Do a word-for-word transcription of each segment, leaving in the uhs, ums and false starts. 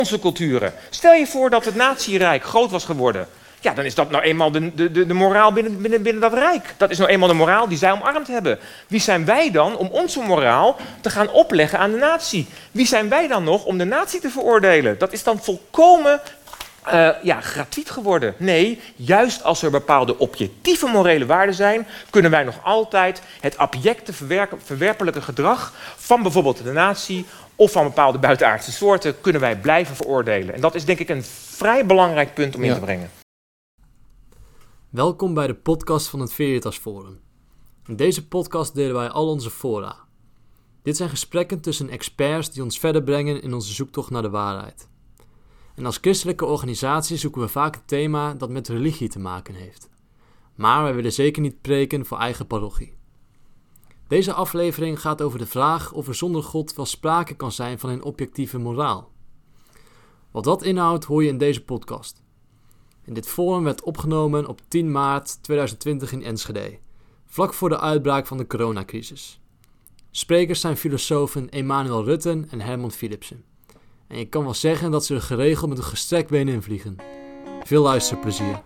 onze culturen. Stel je voor dat het nazi-rijk groot was geworden. Ja, dan is dat nou eenmaal de, de, de, de moraal binnen, binnen, binnen dat rijk. Dat is nou eenmaal de moraal die zij omarmd hebben. Wie zijn wij dan om onze moraal te gaan opleggen aan de natie? Wie zijn wij dan nog om de natie te veroordelen? Dat is dan volkomen uh, ja, gratuit geworden. Nee, juist als er bepaalde objectieve morele waarden zijn, kunnen wij nog altijd het abjecte verwerpelijke gedrag van bijvoorbeeld de natie of van bepaalde buitenaardse soorten kunnen wij blijven veroordelen. En dat is denk ik een vrij belangrijk punt om in ja. te brengen. Welkom bij de podcast van het Veritas Forum. In deze podcast delen wij al onze fora. Dit zijn gesprekken tussen experts die ons verder brengen in onze zoektocht naar de waarheid. En als christelijke organisatie zoeken we vaak een thema dat met religie te maken heeft. Maar wij willen zeker niet preken voor eigen parochie. Deze aflevering gaat over de vraag of er zonder God wel sprake kan zijn van een objectieve moraal. Wat dat inhoudt hoor je in deze podcast. En dit forum werd opgenomen op tien maart tweeduizend twintig in Enschede, vlak voor de uitbraak van de coronacrisis. Sprekers zijn filosofen Emanuel Rutten en Herman Philipsen. En je kan wel zeggen dat ze er geregeld met een gestrekt been in vliegen. Veel luisterplezier.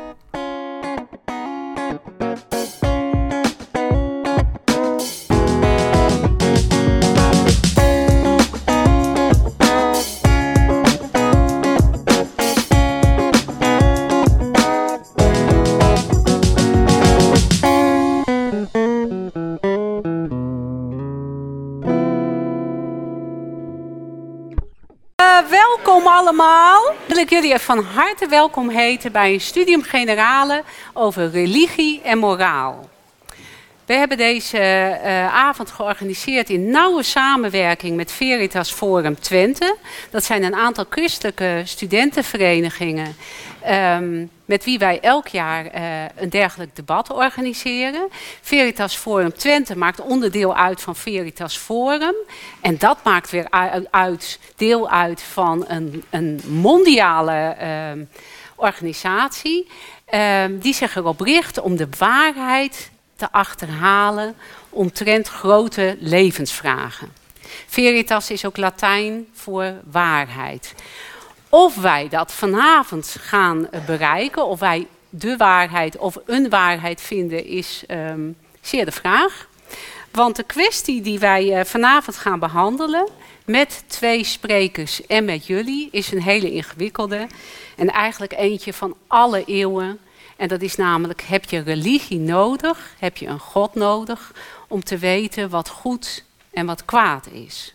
Allemaal. Wil ik jullie van harte welkom heten bij een Studium Generale over religie en moraal. We hebben deze uh, avond georganiseerd in nauwe samenwerking met Veritas Forum Twente. Dat zijn een aantal christelijke studentenverenigingen um, met wie wij elk jaar uh, een dergelijk debat organiseren. Veritas Forum Twente maakt onderdeel uit van Veritas Forum. En dat maakt weer uit, deel uit van een, een mondiale uh, organisatie uh, die zich erop richt om de waarheid te achterhalen omtrent grote levensvragen. Veritas is ook Latijn voor waarheid. Of wij dat vanavond gaan bereiken, of wij de waarheid of een waarheid vinden, is um, zeer de vraag. Want de kwestie die wij uh, vanavond gaan behandelen met twee sprekers en met jullie is een hele ingewikkelde en eigenlijk eentje van alle eeuwen. En dat is namelijk, heb je religie nodig, heb je een God nodig om te weten wat goed en wat kwaad is.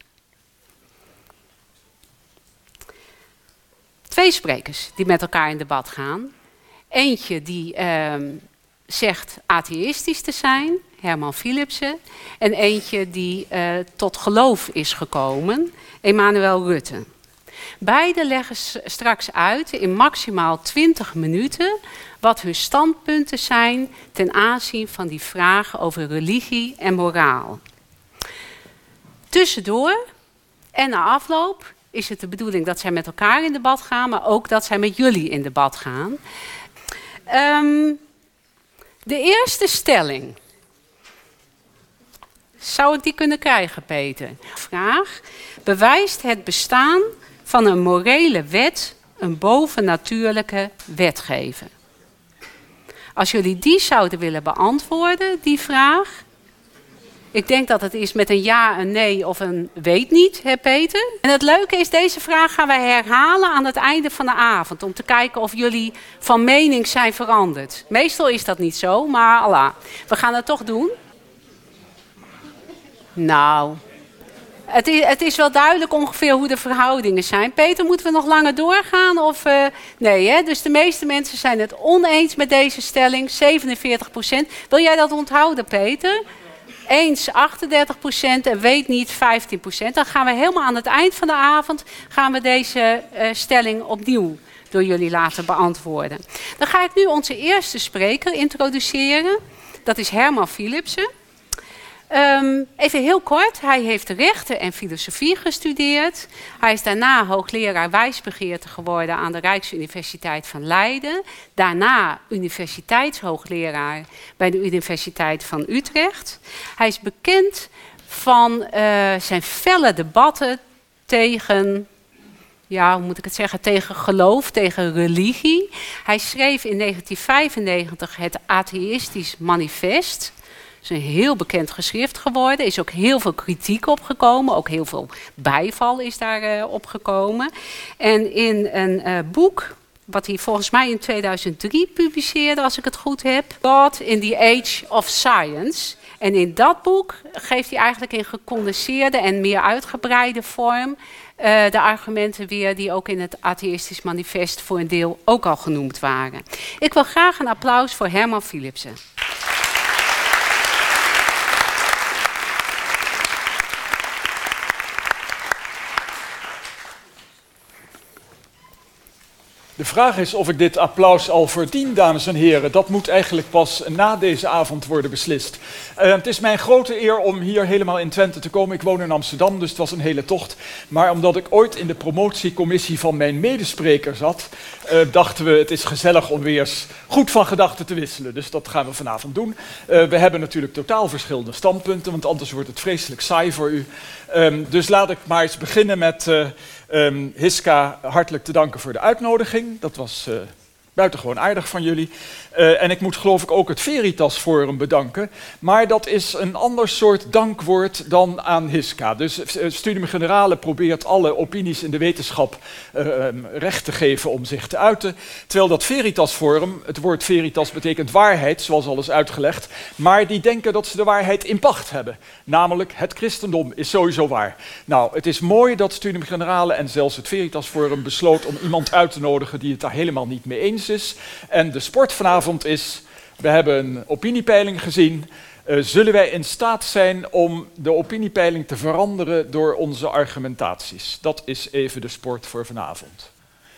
Twee sprekers die met elkaar in debat gaan. Eentje die uh, zegt atheïstisch te zijn, Herman Philipsen. En eentje die uh, tot geloof is gekomen, Emanuel Rutten. Beide leggen straks uit in maximaal twintig minuten wat hun standpunten zijn ten aanzien van die vraag over religie en moraal. Tussendoor en na afloop is het de bedoeling dat zij met elkaar in debat gaan, maar ook dat zij met jullie in debat gaan. Um, de eerste stelling. Zou ik die kunnen krijgen, Peter? Vraag. Bewijst het bestaan van een morele wet een bovennatuurlijke wetgever? Als jullie die zouden willen beantwoorden, die vraag. Ik denk dat het is met een ja, een nee of een weet niet, hè Peter? En het leuke is, deze vraag gaan wij herhalen aan het einde van de avond. Om te kijken of jullie van mening zijn veranderd. Meestal is dat niet zo, maar Allah. We gaan het toch doen. Nou, het is, het is wel duidelijk ongeveer hoe de verhoudingen zijn. Peter, moeten we nog langer doorgaan? Of, uh, nee, hè? Dus de meeste mensen zijn het oneens met deze stelling, zevenenveertig procent. Wil jij dat onthouden, Peter? Eens achtendertig procent en weet niet vijftien procent. Dan gaan we helemaal aan het eind van de avond gaan we deze uh, stelling opnieuw door jullie laten beantwoorden. Dan ga ik nu onze eerste spreker introduceren. Dat is Herman Philipsen. Um, even heel kort, hij heeft rechten en filosofie gestudeerd. Hij is daarna hoogleraar wijsbegeerte geworden aan de Rijksuniversiteit van Leiden. Daarna universiteitshoogleraar bij de Universiteit van Utrecht. Hij is bekend van uh, zijn felle debatten tegen ja, hoe moet ik het zeggen, tegen geloof, tegen religie. Hij schreef in negentien vijfennegentig het Atheïstisch Manifest. Het is een heel bekend geschrift geworden. Er is ook heel veel kritiek opgekomen. Ook heel veel bijval is daar uh, opgekomen. En in een uh, boek, wat hij volgens mij in tweeduizend drie publiceerde, als ik het goed heb. God in the Age of Science. En in dat boek geeft hij eigenlijk in gecondenseerde en meer uitgebreide vorm Uh, de argumenten weer die ook in het Atheïstisch Manifest voor een deel ook al genoemd waren. Ik wil graag een applaus voor Herman Philipsen. De vraag is of ik dit applaus al verdien, dames en heren. Dat moet eigenlijk pas na deze avond worden beslist. Uh, het is mijn grote eer om hier helemaal in Twente te komen. Ik woon in Amsterdam, dus het was een hele tocht. Maar omdat ik ooit in de promotiecommissie van mijn medespreker zat, uh, dachten we het is gezellig om weer eens goed van gedachten te wisselen. Dus dat gaan we vanavond doen. Uh, we hebben natuurlijk totaal verschillende standpunten, want anders wordt het vreselijk saai voor u. Um, dus laat ik maar eens beginnen met uh, um, Hiska hartelijk te danken voor de uitnodiging. Dat was uh, buitengewoon aardig van jullie. Uh, en ik moet geloof ik ook het Veritas Forum bedanken. Maar dat is een ander soort dankwoord dan aan Hiska. Dus uh, Studium Generale probeert alle opinies in de wetenschap uh, um, recht te geven om zich te uiten. Terwijl dat Veritas Forum, het woord Veritas betekent waarheid, zoals al is uitgelegd. Maar die denken dat ze de waarheid in pacht hebben. Namelijk, het christendom is sowieso waar. Nou, het is mooi dat Studium Generale en zelfs het Veritas Forum besloot om iemand uit te nodigen die het daar helemaal niet mee eens is. En de sport vanavond is, we hebben een opiniepeiling gezien. Uh, zullen wij in staat zijn om de opiniepeiling te veranderen door onze argumentaties? Dat is even de sport voor vanavond.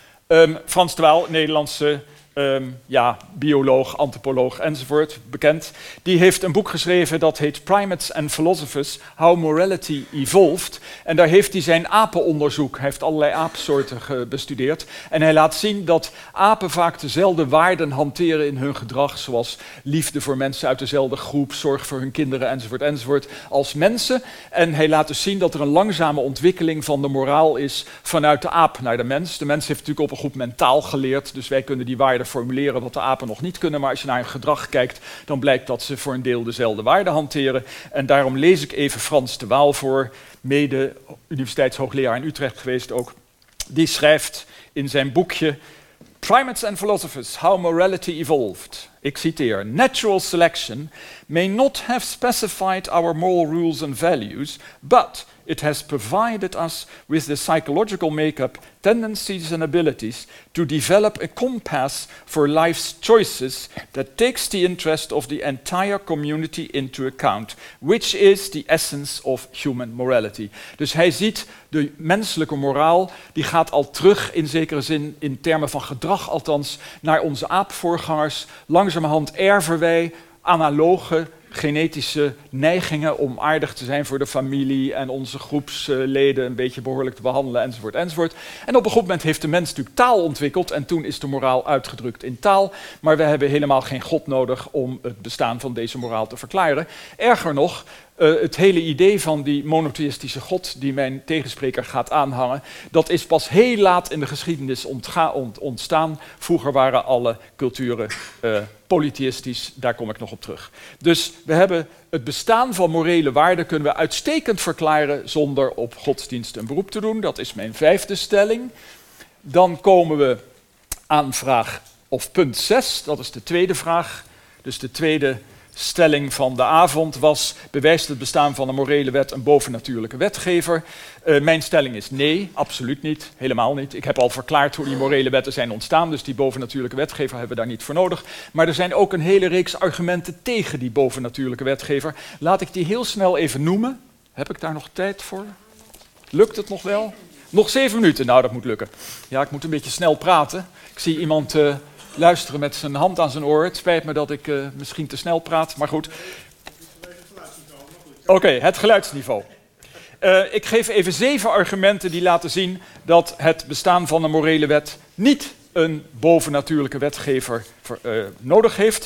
Um, Frans de Waal, Nederlandse um, ja, bioloog, antropoloog enzovoort, bekend. Die heeft een boek geschreven dat heet Primates and Philosophers, How Morality Evolved. En daar heeft hij zijn apenonderzoek, hij heeft allerlei aapsoorten bestudeerd. En hij laat zien dat apen vaak dezelfde waarden hanteren in hun gedrag, zoals liefde voor mensen uit dezelfde groep, zorg voor hun kinderen enzovoort enzovoort, als mensen. En hij laat dus zien dat er een langzame ontwikkeling van de moraal is vanuit de aap naar de mens. De mens heeft natuurlijk op een goed mentaal geleerd, dus wij kunnen die waarden formuleren wat de apen nog niet kunnen. Maar als je naar hun gedrag kijkt, dan blijkt dat ze voor een deel dezelfde waarden hanteren. En daarom lees ik even Frans de Waal voor, mede universiteitshoogleraar in Utrecht geweest ook. Die schrijft in zijn boekje Primates and Philosophers, How Morality Evolved. Ik citeer: Natural selection may not have specified our moral rules and values, but it has provided us with the psychological makeup, tendencies and abilities to develop a compass for life's choices that takes the interest of the entire community into account, which is the essence of human morality. Dus hij ziet de menselijke moraal, die gaat al terug in zekere zin, in termen van gedrag althans, naar onze aapvoorgangers. Langzamerhand erven wij analoge genetische neigingen om aardig te zijn voor de familie en onze groepsleden een beetje behoorlijk te behandelen, enzovoort, enzovoort. En op een goed moment heeft de mens natuurlijk taal ontwikkeld en toen is de moraal uitgedrukt in taal, maar we hebben helemaal geen God nodig om het bestaan van deze moraal te verklaren. Erger nog, Uh, het hele idee van die monotheïstische God die mijn tegenspreker gaat aanhangen, dat is pas heel laat in de geschiedenis ontga- ont- ontstaan. Vroeger waren alle culturen uh, polytheïstisch, daar kom ik nog op terug. Dus we hebben het bestaan van morele waarden kunnen we uitstekend verklaren zonder op godsdienst een beroep te doen. Dat is mijn vijfde stelling. Dan komen we aan vraag, of punt zes, dat is de tweede vraag. Dus de tweede stelling van de avond was: bewijst het bestaan van een morele wet een bovennatuurlijke wetgever? Uh, mijn stelling is nee, absoluut niet, helemaal niet. Ik heb al verklaard hoe die morele wetten zijn ontstaan, dus die bovennatuurlijke wetgever hebben we daar niet voor nodig. Maar er zijn ook een hele reeks argumenten tegen die bovennatuurlijke wetgever. Laat ik die heel snel even noemen. Heb ik daar nog tijd voor? Lukt het nog wel? Nog zeven minuten, nou dat moet lukken. Ja, ik moet een beetje snel praten. Ik zie iemand Uh, luisteren met zijn hand aan zijn oor. Het spijt me dat ik uh, misschien te snel praat, maar goed. Oké, okay, het geluidsniveau. Uh, ik geef even zeven argumenten die laten zien dat het bestaan van een morele wet niet een bovennatuurlijke wetgever voor, uh, nodig heeft.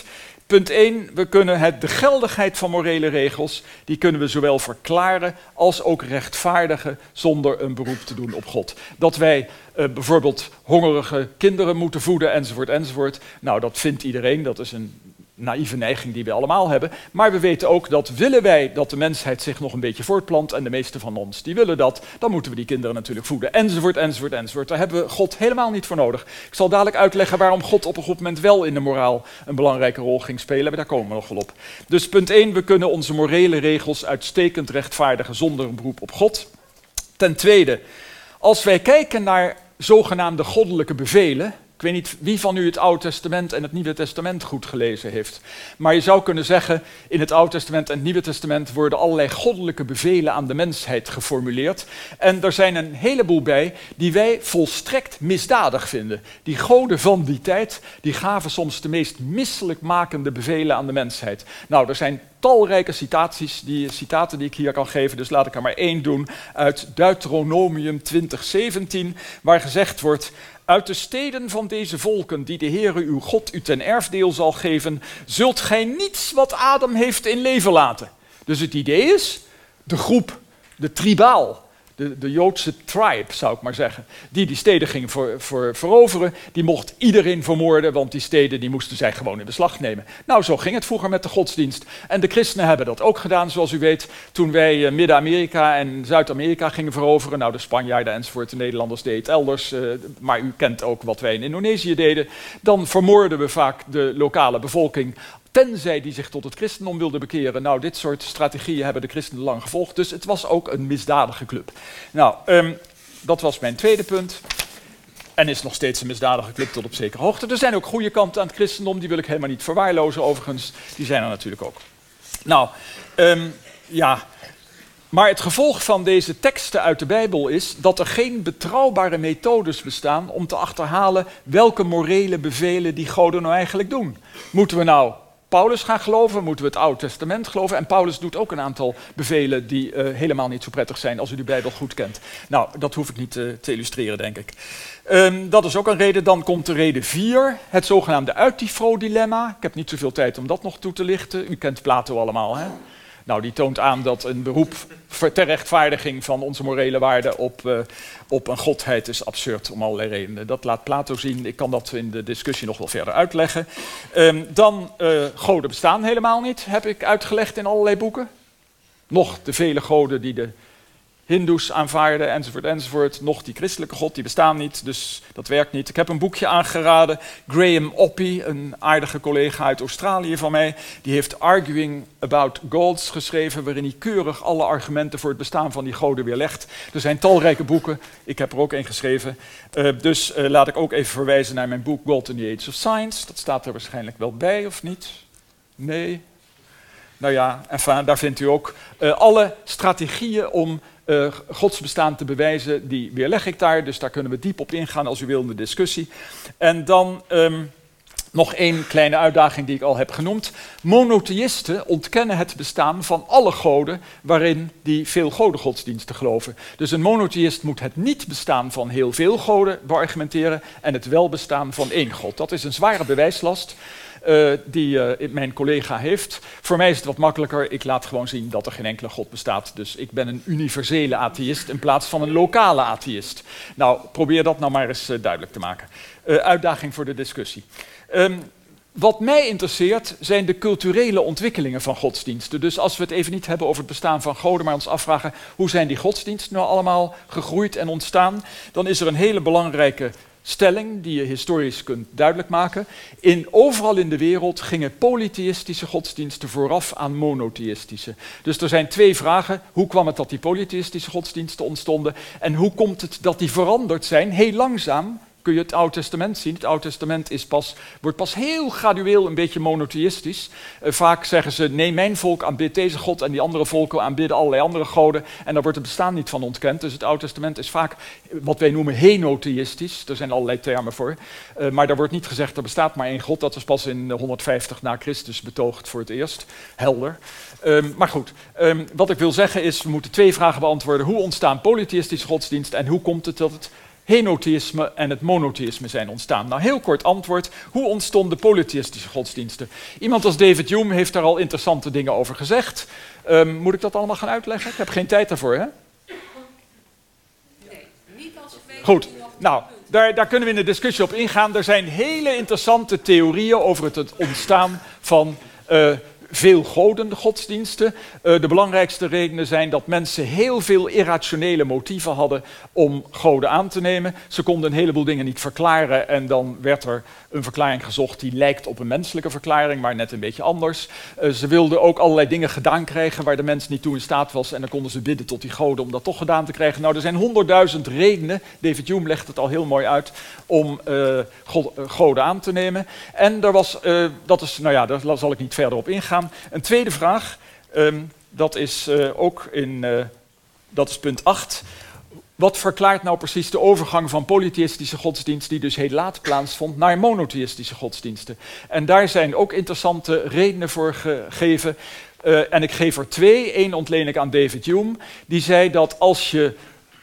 Punt één, we kunnen het, de geldigheid van morele regels, die kunnen we zowel verklaren als ook rechtvaardigen zonder een beroep te doen op God. Dat wij uh, bijvoorbeeld hongerige kinderen moeten voeden enzovoort enzovoort. Nou, dat vindt iedereen, dat is een naïeve neiging die we allemaal hebben. Maar we weten ook dat willen wij dat de mensheid zich nog een beetje voortplant, en de meeste van ons die willen dat, dan moeten we die kinderen natuurlijk voeden, enzovoort, enzovoort, enzovoort. Daar hebben we God helemaal niet voor nodig. Ik zal dadelijk uitleggen waarom God op een goed moment wel in de moraal een belangrijke rol ging spelen, maar daar komen we nog wel op. Dus punt één, we kunnen onze morele regels uitstekend rechtvaardigen zonder een beroep op God. Ten tweede, als wij kijken naar zogenaamde goddelijke bevelen. Ik weet niet wie van u het Oude Testament en het Nieuwe Testament goed gelezen heeft. Maar je zou kunnen zeggen, in het Oude Testament en het Nieuwe Testament worden allerlei goddelijke bevelen aan de mensheid geformuleerd. En er zijn een heleboel bij die wij volstrekt misdadig vinden. Die goden van die tijd, die gaven soms de meest misselijkmakende bevelen aan de mensheid. Nou, er zijn talrijke citaties, die, citaten die ik hier kan geven, dus laat ik er maar één doen uit Deuteronomium twintig zeventien, waar gezegd wordt: uit de steden van deze volken, die de Heere uw God u ten erfdeel zal geven, zult gij niets wat Adam heeft in leven laten. Dus het idee is, de groep, de tribaal, de, de Joodse tribe zou ik maar zeggen, die die steden ging voor, voor, veroveren, die mocht iedereen vermoorden, want die steden die moesten zij gewoon in beslag nemen. Nou, zo ging het vroeger met de godsdienst. En de christenen hebben dat ook gedaan, zoals u weet, toen wij uh, Midden-Amerika en Zuid-Amerika gingen veroveren. Nou, de Spanjaarden enzovoort, de Nederlanders deden het elders, uh, maar u kent ook wat wij in Indonesië deden. Dan vermoorden we vaak de lokale bevolking, tenzij die zich tot het christendom wilden bekeren. Nou, dit soort strategieën hebben de christenen lang gevolgd, dus het was ook een misdadige club. Nou, um, dat was mijn tweede punt. En is nog steeds een misdadige club tot op zekere hoogte. Er zijn ook goede kanten aan het christendom, die wil ik helemaal niet verwaarlozen overigens. Die zijn er natuurlijk ook. Nou, um, ja... Maar het gevolg van deze teksten uit de Bijbel is dat er geen betrouwbare methodes bestaan om te achterhalen welke morele bevelen die goden nou eigenlijk doen. Moeten we nou Paulus gaan geloven? Moeten we het Oude Testament geloven? En Paulus doet ook een aantal bevelen die uh, helemaal niet zo prettig zijn als u de Bijbel goed kent. Nou, dat hoef ik niet uh, te illustreren, denk ik. Um, dat is ook een reden. Dan komt de reden vier, het zogenaamde Eutyphro-dilemma. Ik heb niet zoveel tijd om dat nog toe te lichten. U kent Plato allemaal, hè? Nou, die toont aan dat een beroep ter rechtvaardiging van onze morele waarden op, uh, op een godheid is absurd om allerlei redenen. Dat laat Plato zien. Ik kan dat in de discussie nog wel verder uitleggen. Um, dan, uh, goden bestaan helemaal niet, heb ik uitgelegd in allerlei boeken. Nog de vele goden die de Hindoes aanvaarden, enzovoort, enzovoort. Nog die christelijke god, die bestaan niet, dus dat werkt niet. Ik heb een boekje aangeraden. Graham Oppy, een aardige collega uit Australië van mij, die heeft Arguing About Gods geschreven, waarin hij keurig alle argumenten voor het bestaan van die goden weerlegt. Er zijn talrijke boeken, ik heb er ook een geschreven. Uh, dus uh, laat ik ook even verwijzen naar mijn boek God in the Age of Science. Dat staat er waarschijnlijk wel bij, of niet? Nee? Nou ja, enfin, daar vindt u ook uh, alle strategieën om Uh, godsbestaan te bewijzen, die weerleg ik daar. Dus daar kunnen we diep op ingaan als u wil in de discussie. En dan um, nog één kleine uitdaging die ik al heb genoemd. Monotheïsten ontkennen het bestaan van alle goden waarin die veel godengodsdiensten geloven. Dus een monotheïst moet het niet bestaan van heel veel goden beargumenteren en het wel bestaan van één god. Dat is een zware bewijslast. Uh, die uh, mijn collega heeft. Voor mij is het wat makkelijker. Ik laat gewoon zien dat er geen enkele god bestaat. Dus ik ben een universele atheïst in plaats van een lokale atheïst. Nou, probeer dat nou maar eens uh, duidelijk te maken. Uh, uitdaging voor de discussie. Um, Wat mij interesseert zijn de culturele ontwikkelingen van godsdiensten. Dus als we het even niet hebben over het bestaan van goden, maar ons afvragen hoe zijn die godsdiensten nou allemaal gegroeid en ontstaan, dan is er een hele belangrijke stelling die je historisch kunt duidelijk maken. In, overal in de wereld gingen polytheïstische godsdiensten vooraf aan monotheïstische. Dus er zijn twee vragen. Hoe kwam het dat die polytheïstische godsdiensten ontstonden? En hoe komt het dat die veranderd zijn, heel langzaam? Kun je het Oude Testament zien. Het Oude Testament is pas, wordt pas heel gradueel een beetje monotheïstisch. Uh, vaak zeggen ze, nee, mijn volk aanbidt deze god en die andere volken aanbidden allerlei andere goden. En daar wordt het bestaan niet van ontkend. Dus het Oude Testament is vaak wat wij noemen henotheïstisch. Er zijn allerlei termen voor. Uh, maar daar wordt niet gezegd, er bestaat maar één god. Dat is pas in honderdvijftig na Christus betoogd voor het eerst. Helder. Um, maar goed, um, wat ik wil zeggen is, we moeten twee vragen beantwoorden. Hoe ontstaan polytheïstische godsdiensten en hoe komt het dat het henotheïsme en het monotheïsme zijn ontstaan. Nou, heel kort antwoord. Hoe ontstonden polytheïstische godsdiensten? Iemand als David Hume heeft daar al interessante dingen over gezegd. Um, moet ik dat allemaal gaan uitleggen? Ik heb geen tijd daarvoor, hè? Nee, niet als ik weet. Goed, nou, daar, daar kunnen we in de discussie op ingaan. Er zijn hele interessante theorieën over het, het ontstaan van uh, veel goden, godsdiensten. Uh, de belangrijkste redenen zijn dat mensen heel veel irrationele motieven hadden om goden aan te nemen. Ze konden een heleboel dingen niet verklaren en dan werd er een verklaring gezocht die lijkt op een menselijke verklaring, maar net een beetje anders. Uh, ze wilden ook allerlei dingen gedaan krijgen waar de mens niet toe in staat was en dan konden ze bidden tot die goden om dat toch gedaan te krijgen. Nou, er zijn honderdduizend redenen, David Hume legt het al heel mooi uit, om uh, god, uh, goden aan te nemen. En er was, uh, dat is, nou ja, daar zal ik niet verder op ingaan. Een tweede vraag, um, dat is uh, ook in, uh, dat is punt acht. Wat verklaart nou precies de overgang van polytheïstische godsdienst, die dus heel laat plaatsvond, naar monotheïstische godsdiensten? En daar zijn ook interessante redenen voor gegeven. Uh, en ik geef er twee. Eén ontleen ik aan David Hume. Die zei dat als je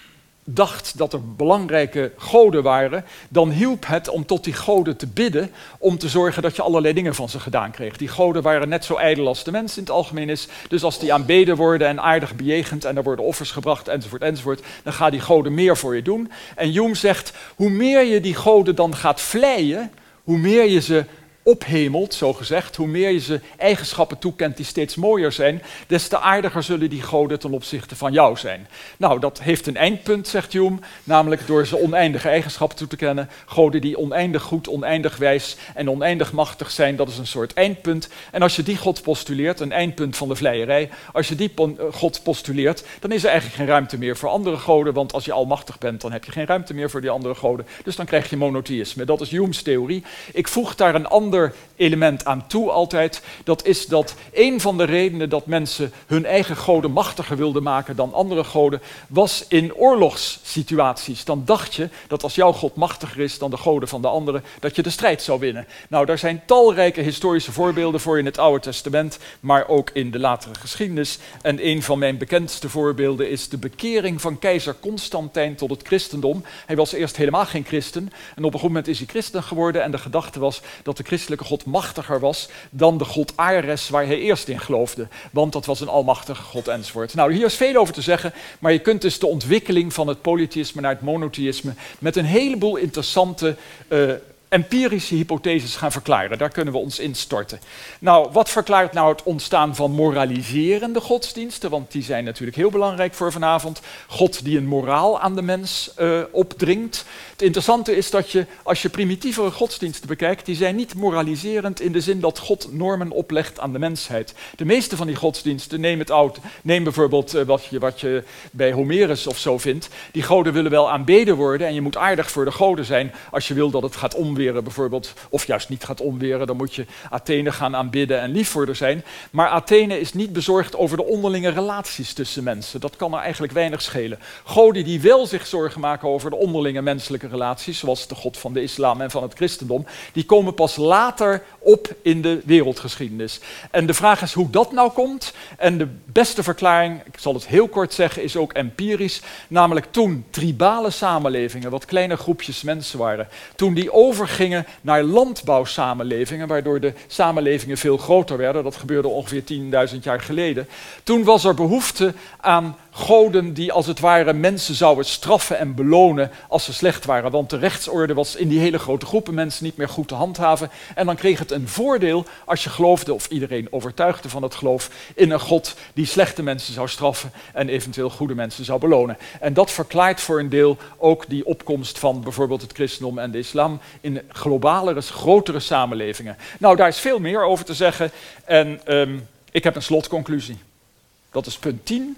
dacht dat er belangrijke goden waren, dan hielp het om tot die goden te bidden, om te zorgen dat je allerlei dingen van ze gedaan kreeg. Die goden waren net zo ijdel als de mens in het algemeen is, dus als die aanbeden worden en aardig bejegend en er worden offers gebracht enzovoort enzovoort, dan gaan die goden meer voor je doen. En Hume zegt, hoe meer je die goden dan gaat vleien, hoe meer je ze ophemelt, zo gezegd, hoe meer je ze eigenschappen toekent die steeds mooier zijn, des te aardiger zullen die goden ten opzichte van jou zijn. Nou, dat heeft een eindpunt, zegt Hume, namelijk door ze oneindige eigenschappen toe te kennen. Goden die oneindig goed, oneindig wijs en oneindig machtig zijn, dat is een soort eindpunt. En als je die God postuleert, een eindpunt van de vleierij, als je die God postuleert, dan is er eigenlijk geen ruimte meer voor andere goden, want als je almachtig bent, dan heb je geen ruimte meer voor die andere goden. Dus dan krijg je monotheïsme. Dat is Hume's theorie. Ik voeg daar een ander element aan toe altijd. Dat is dat een van de redenen dat mensen hun eigen goden machtiger wilden maken dan andere goden, was in oorlogssituaties. Dan dacht je dat als jouw god machtiger is dan de goden van de anderen, dat je de strijd zou winnen. Nou, daar zijn talrijke historische voorbeelden voor in het Oude Testament, maar ook in de latere geschiedenis. En een van mijn bekendste voorbeelden is de bekering van keizer Constantijn tot het christendom. Hij was eerst helemaal geen christen en op een goed moment is hij christen geworden en de gedachte was dat de christelijke god machtiger was dan de god Ares waar hij eerst in geloofde, want dat was een almachtige god enzovoort. Nou, hier is veel over te zeggen, maar je kunt dus de ontwikkeling van het polytheïsme naar het monotheïsme met een heleboel interessante uh, empirische hypotheses gaan verklaren. Daar kunnen we ons instorten. Nou, wat verklaart nou het ontstaan van moraliserende godsdiensten? Want die zijn natuurlijk heel belangrijk voor vanavond. God die een moraal aan de mens uh, opdringt. Het interessante is dat je, als je primitievere godsdiensten bekijkt, die zijn niet moraliserend in de zin dat God normen oplegt aan de mensheid. De meeste van die godsdiensten, neem het oud, neem bijvoorbeeld uh, wat, je, wat je bij Homerus of zo vindt. Die goden willen wel aanbeden worden en je moet aardig voor de goden zijn als je wil dat het gaat omweren bijvoorbeeld, of juist niet gaat omweren, dan moet je Athene gaan aanbidden en lief voor haar zijn. Maar Athene is niet bezorgd over de onderlinge relaties tussen mensen. Dat kan er eigenlijk weinig schelen. Goden die wel zich zorgen maken over de onderlinge menselijke relaties, zoals de god van de islam en van het christendom, die komen pas later op in de wereldgeschiedenis. En de vraag is hoe dat nou komt. En de beste verklaring, ik zal het heel kort zeggen, is ook empirisch. Namelijk toen tribale samenlevingen, wat kleine groepjes mensen waren, toen die overgingen naar landbouwsamenlevingen, waardoor de samenlevingen veel groter werden, dat gebeurde ongeveer tienduizend jaar geleden, toen was er behoefte aan goden die als het ware mensen zouden straffen en belonen als ze slecht waren. Want de rechtsorde was in die hele grote groepen mensen niet meer goed te handhaven. En dan kreeg het een voordeel als je geloofde, of iedereen overtuigde van het geloof, in een god die slechte mensen zou straffen en eventueel goede mensen zou belonen. En dat verklaart voor een deel ook die opkomst van bijvoorbeeld het christendom en de islam in globalere, grotere samenlevingen. Nou, daar is veel meer over te zeggen. En um, ik heb een slotconclusie. Dat is punt tien.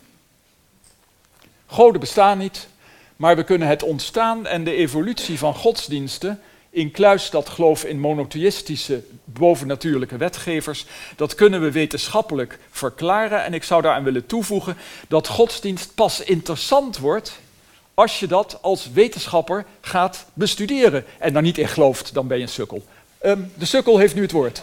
Goden bestaan niet, maar we kunnen het ontstaan en de evolutie van godsdiensten, incluis dat geloof in monotheïstische bovennatuurlijke wetgevers, dat kunnen we wetenschappelijk verklaren. En ik zou daaraan willen toevoegen dat godsdienst pas interessant wordt als je dat als wetenschapper gaat bestuderen en daar niet in gelooft, dan ben je een sukkel. Um, de sukkel heeft nu het woord.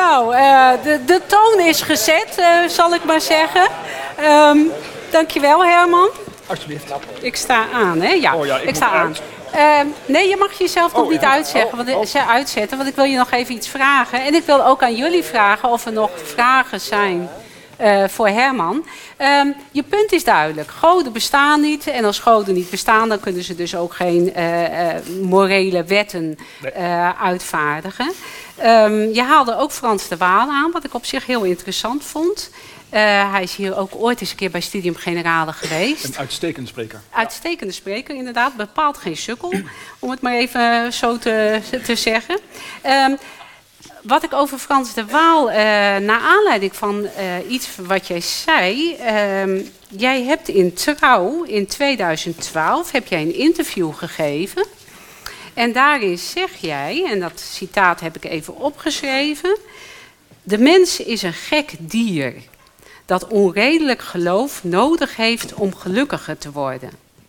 Nou, uh, de, de toon is gezet, uh, zal ik maar zeggen. Um, dankjewel, Herman. Alsjeblieft. Ik sta aan, hè? Ja, oh, ja ik, ik sta aan. Uh, nee, je mag jezelf nog oh, niet uitzeggen, oh, want, oh. uitzetten, want ik wil je nog even iets vragen. En ik wil ook aan jullie vragen of er nog vragen zijn uh, voor Herman. Um, je punt is duidelijk. Goden bestaan niet. En als goden niet bestaan, dan kunnen ze dus ook geen uh, uh, morele wetten uh, uitvaardigen. Um, je haalde ook Frans de Waal aan, wat ik op zich heel interessant vond. Uh, hij is hier ook ooit eens een keer bij Studium Generale geweest. Een uitstekende spreker. Uitstekende spreker, inderdaad. Bepaalt geen sukkel, om het maar even zo te, te zeggen. Um, wat ik over Frans de Waal, uh, naar aanleiding van uh, iets wat jij zei. Um, jij hebt in Trouw in tweeduizend twaalf heb jij een interview gegeven. En daarin zeg jij, en dat citaat heb ik even opgeschreven. De mens is een gek dier dat onredelijk geloof nodig heeft om gelukkiger te worden.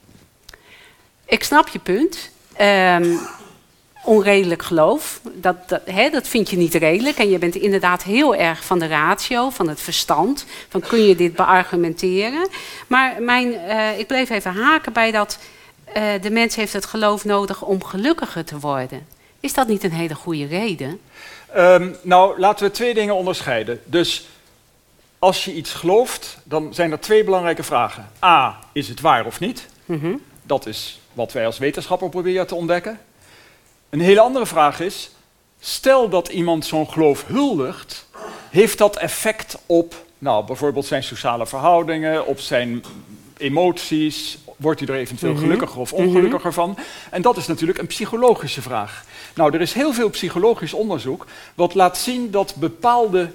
Ik snap je punt. Um, onredelijk geloof, dat, dat, hè, dat vind je niet redelijk. En je bent inderdaad heel erg van de ratio, van het verstand. Van kun je dit beargumenteren? Maar mijn, uh, ik bleef even haken bij dat uh, de mens heeft het geloof nodig om gelukkiger te worden. Is dat niet een hele goede reden? Um, nou, laten we twee dingen onderscheiden. Dus als je iets gelooft, dan zijn er twee belangrijke vragen. A, is het waar of niet? Mm-hmm. Dat is wat wij als wetenschapper proberen te ontdekken. Een hele andere vraag is, stel dat iemand zo'n geloof huldigt, heeft dat effect op, nou, bijvoorbeeld zijn sociale verhoudingen, op zijn emoties, wordt hij er eventueel mm-hmm. gelukkiger of ongelukkiger mm-hmm. van? En dat is natuurlijk een psychologische vraag. Nou, er is heel veel psychologisch onderzoek wat laat zien dat bepaalde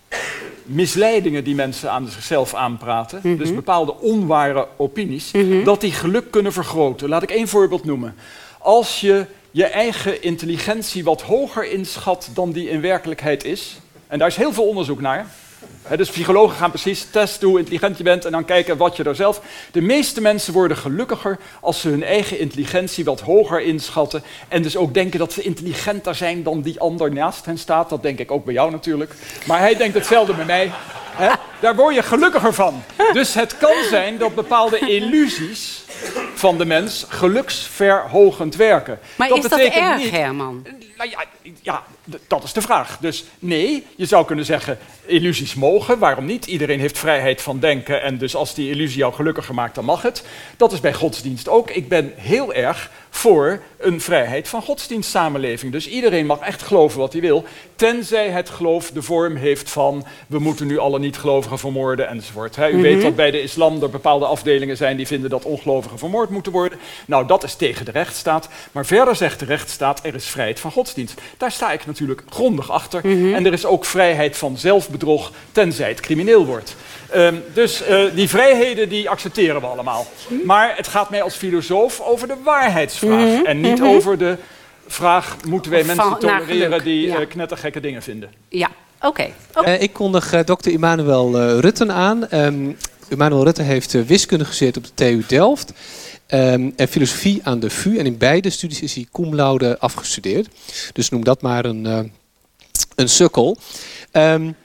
misleidingen die mensen aan zichzelf aanpraten, mm-hmm. dus bepaalde onware opinies, mm-hmm. dat die geluk kunnen vergroten. Laat ik één voorbeeld noemen. Als je je eigen intelligentie wat hoger inschat dan die in werkelijkheid is, en daar is heel veel onderzoek naar. He, dus psychologen gaan precies testen hoe intelligent je bent en dan kijken wat je er zelf... De meeste mensen worden gelukkiger als ze hun eigen intelligentie wat hoger inschatten en dus ook denken dat ze intelligenter zijn dan die ander naast hen staat. Dat denk ik ook bij jou natuurlijk. Maar hij denkt hetzelfde bij mij. He, daar word je gelukkiger van. Dus het kan zijn dat bepaalde illusies van de mens geluksverhogend werken. Maar dat is dat erg, niet, Herman? Nou ja, ja, dat is de vraag. Dus nee, je zou kunnen zeggen, illusies mogen. Waarom niet? Iedereen heeft vrijheid van denken en dus als die illusie jou gelukkiger maakt, dan mag het. Dat is bij godsdienst ook. Ik ben heel erg voor een vrijheid van godsdienstsamenleving. Dus iedereen mag echt geloven wat hij wil, tenzij het geloof de vorm heeft van we moeten nu alle niet-gelovigen vermoorden enzovoort. He, u mm-hmm. weet dat bij de islam er bepaalde afdelingen zijn die vinden dat ongelovigen vermoord moeten worden. Nou, dat is tegen de rechtsstaat. Maar verder zegt de rechtsstaat, er is vrijheid van godsdienst. Daar sta ik natuurlijk grondig achter. Mm-hmm. En er is ook vrijheid van zelfbedrog, tenzij het crimineel wordt. Um, dus uh, die vrijheden die accepteren we allemaal. Maar het gaat mij als filosoof over de waarheidsvraag. Mm-hmm. En niet mm-hmm. over de vraag, moeten wij mensen van, tolereren die ja. uh, knettergekke dingen vinden? Ja, oké. Okay. Okay. Uh, ik kondig uh, dokter Immanuel uh, Rutten aan. Um, Immanuel Rutten heeft uh, wiskunde gestudeerd op de T U Delft. Um, en filosofie aan de V U. En in beide studies is hij cum laude afgestudeerd. Dus noem dat maar een, uh, een sukkel. Um,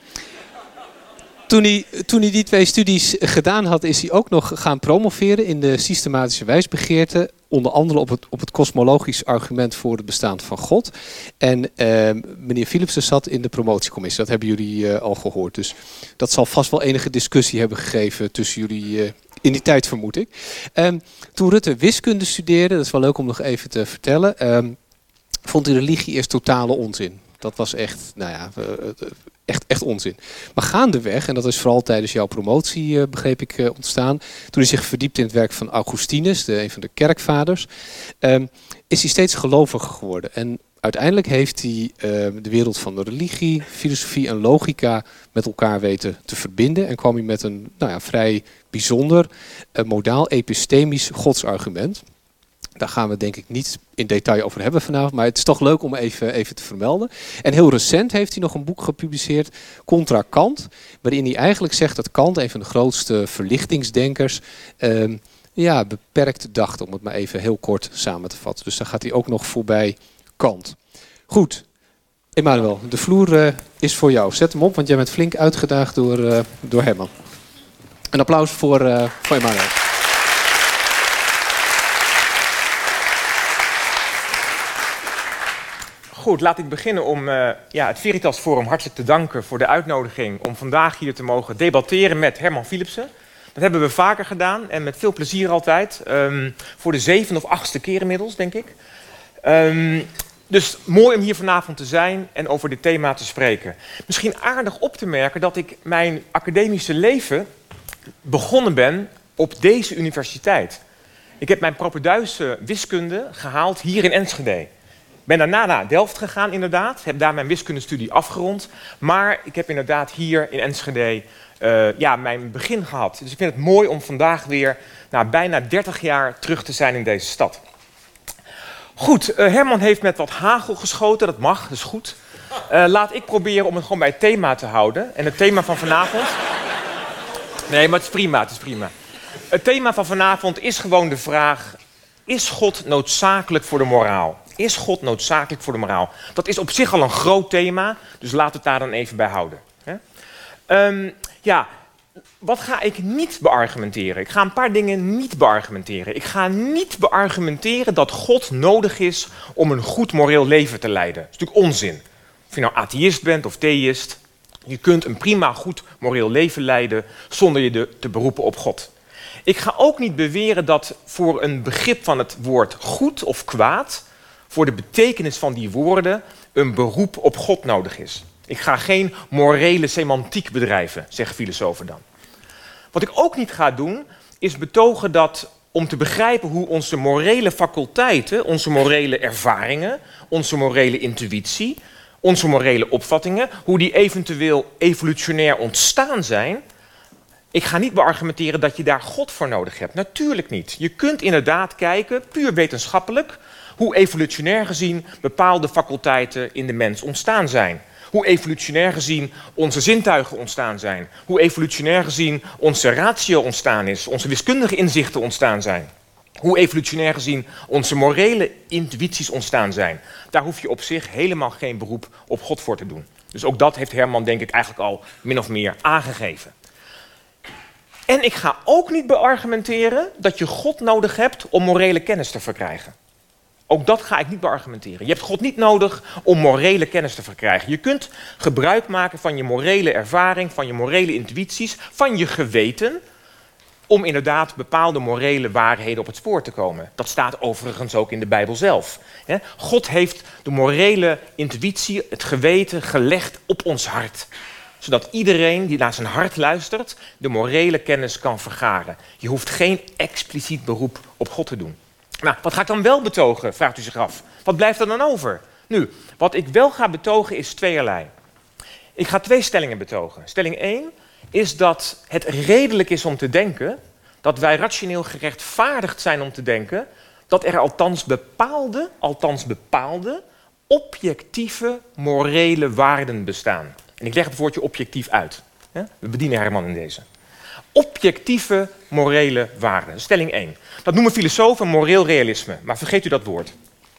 Toen hij, toen hij die twee studies gedaan had, is hij ook nog gaan promoveren in de systematische wijsbegeerte. Onder andere op het, op het kosmologisch argument voor het bestaan van God. En eh, meneer Philipsen zat in de promotiecommissie. Dat hebben jullie eh, al gehoord. Dus dat zal vast wel enige discussie hebben gegeven tussen jullie eh, in die tijd, vermoed ik. Um, toen Rutte wiskunde studeerde, dat is wel leuk om nog even te vertellen, um, vond hij religie eerst totale onzin. Dat was echt, nou ja, uh, echt, echt onzin. Maar gaandeweg, en dat is vooral tijdens jouw promotie, uh, begreep ik, uh, ontstaan, toen hij zich verdiept in het werk van Augustinus, de, een van de kerkvaders, um, is hij steeds geloviger geworden. En uiteindelijk heeft hij uh, de wereld van de religie, filosofie en logica met elkaar weten te verbinden. En kwam hij met een nou ja, vrij bijzonder, uh, modaal epistemisch godsargument. Daar gaan we denk ik niet in detail over hebben vanavond, maar het is toch leuk om even, even te vermelden. En heel recent heeft hij nog een boek gepubliceerd, Contra Kant, waarin hij eigenlijk zegt dat Kant, een van de grootste verlichtingsdenkers, uh, ja, beperkt dacht, om het maar even heel kort samen te vatten. Dus daar gaat hij ook nog voorbij Kant. Goed, Emmanuel, de vloer uh, is voor jou. Zet hem op, want jij bent flink uitgedaagd door, uh, door Herman. Een applaus voor, uh, voor Emmanuel. Goed, laat ik beginnen om uh, ja, het Veritas Forum hartelijk te danken voor de uitnodiging om vandaag hier te mogen debatteren met Herman Philipsen. Dat hebben we vaker gedaan en met veel plezier altijd. Um, voor de zevende of achtste keer inmiddels, denk ik. Um, dus mooi om hier vanavond te zijn en over dit thema te spreken. Misschien aardig op te merken dat ik mijn academische leven begonnen ben op deze universiteit. Ik heb mijn propeduise wiskunde gehaald hier in Enschede. Ik ben daarna naar Delft gegaan inderdaad, heb daar mijn wiskundestudie afgerond. Maar ik heb inderdaad hier in Enschede uh, ja, mijn begin gehad. Dus ik vind het mooi om vandaag weer na bijna dertig jaar terug te zijn in deze stad. Goed, uh, Herman heeft met wat hagel geschoten, dat mag, dat is goed. Uh, laat ik proberen om het gewoon bij het thema te houden. En het thema van vanavond... Nee, maar het is prima, het is prima. Het thema van vanavond is gewoon de vraag... Is God noodzakelijk voor de moraal? Is God noodzakelijk voor de moraal? Dat is op zich al een groot thema, dus laat het daar dan even bij houden. Um, ja, wat ga ik niet beargumenteren? Ik ga een paar dingen niet beargumenteren. Ik ga niet beargumenteren dat God nodig is om een goed moreel leven te leiden. Dat is natuurlijk onzin. Of je nou atheïst bent of theïst, je kunt een prima goed moreel leven leiden zonder je de, te beroepen op God. Ik ga ook niet beweren dat voor een begrip van het woord goed of kwaad, voor de betekenis van die woorden, een beroep op God nodig is. Ik ga geen morele semantiek bedrijven, zeggen filosofen dan. Wat ik ook niet ga doen, is betogen dat om te begrijpen hoe onze morele faculteiten, onze morele ervaringen, onze morele intuïtie, onze morele opvattingen, hoe die eventueel evolutionair ontstaan zijn. Ik ga niet beargumenteren dat je daar God voor nodig hebt. Natuurlijk niet. Je kunt inderdaad kijken, puur wetenschappelijk, hoe evolutionair gezien bepaalde faculteiten in de mens ontstaan zijn. Hoe evolutionair gezien onze zintuigen ontstaan zijn. Hoe evolutionair gezien onze ratio ontstaan is, onze wiskundige inzichten ontstaan zijn. Hoe evolutionair gezien onze morele intuïties ontstaan zijn. Daar hoef je op zich helemaal geen beroep op God voor te doen. Dus ook dat heeft Herman denk ik eigenlijk al min of meer aangegeven. En ik ga ook niet beargumenteren dat je God nodig hebt om morele kennis te verkrijgen. Ook dat ga ik niet beargumenteren. Je hebt God niet nodig om morele kennis te verkrijgen. Je kunt gebruik maken van je morele ervaring, van je morele intuïties, van je geweten, om inderdaad bepaalde morele waarheden op het spoor te komen. Dat staat overigens ook in de Bijbel zelf. God heeft de morele intuïtie, het geweten, gelegd op ons hart. Zodat iedereen die naar zijn hart luistert, de morele kennis kan vergaren. Je hoeft geen expliciet beroep op God te doen. Nou, wat ga ik dan wel betogen, vraagt u zich af. Wat blijft er dan over? Nu, wat ik wel ga betogen is tweeërlei. Ik ga twee stellingen betogen. Stelling één is dat het redelijk is om te denken, dat wij rationeel gerechtvaardigd zijn om te denken, dat er althans bepaalde, althans bepaalde, objectieve morele waarden bestaan. En ik leg het woordje objectief uit. We bedienen Herman in deze. Objectieve morele waarden. Stelling één. Dat noemen filosofen moreel realisme, maar vergeet u dat woord.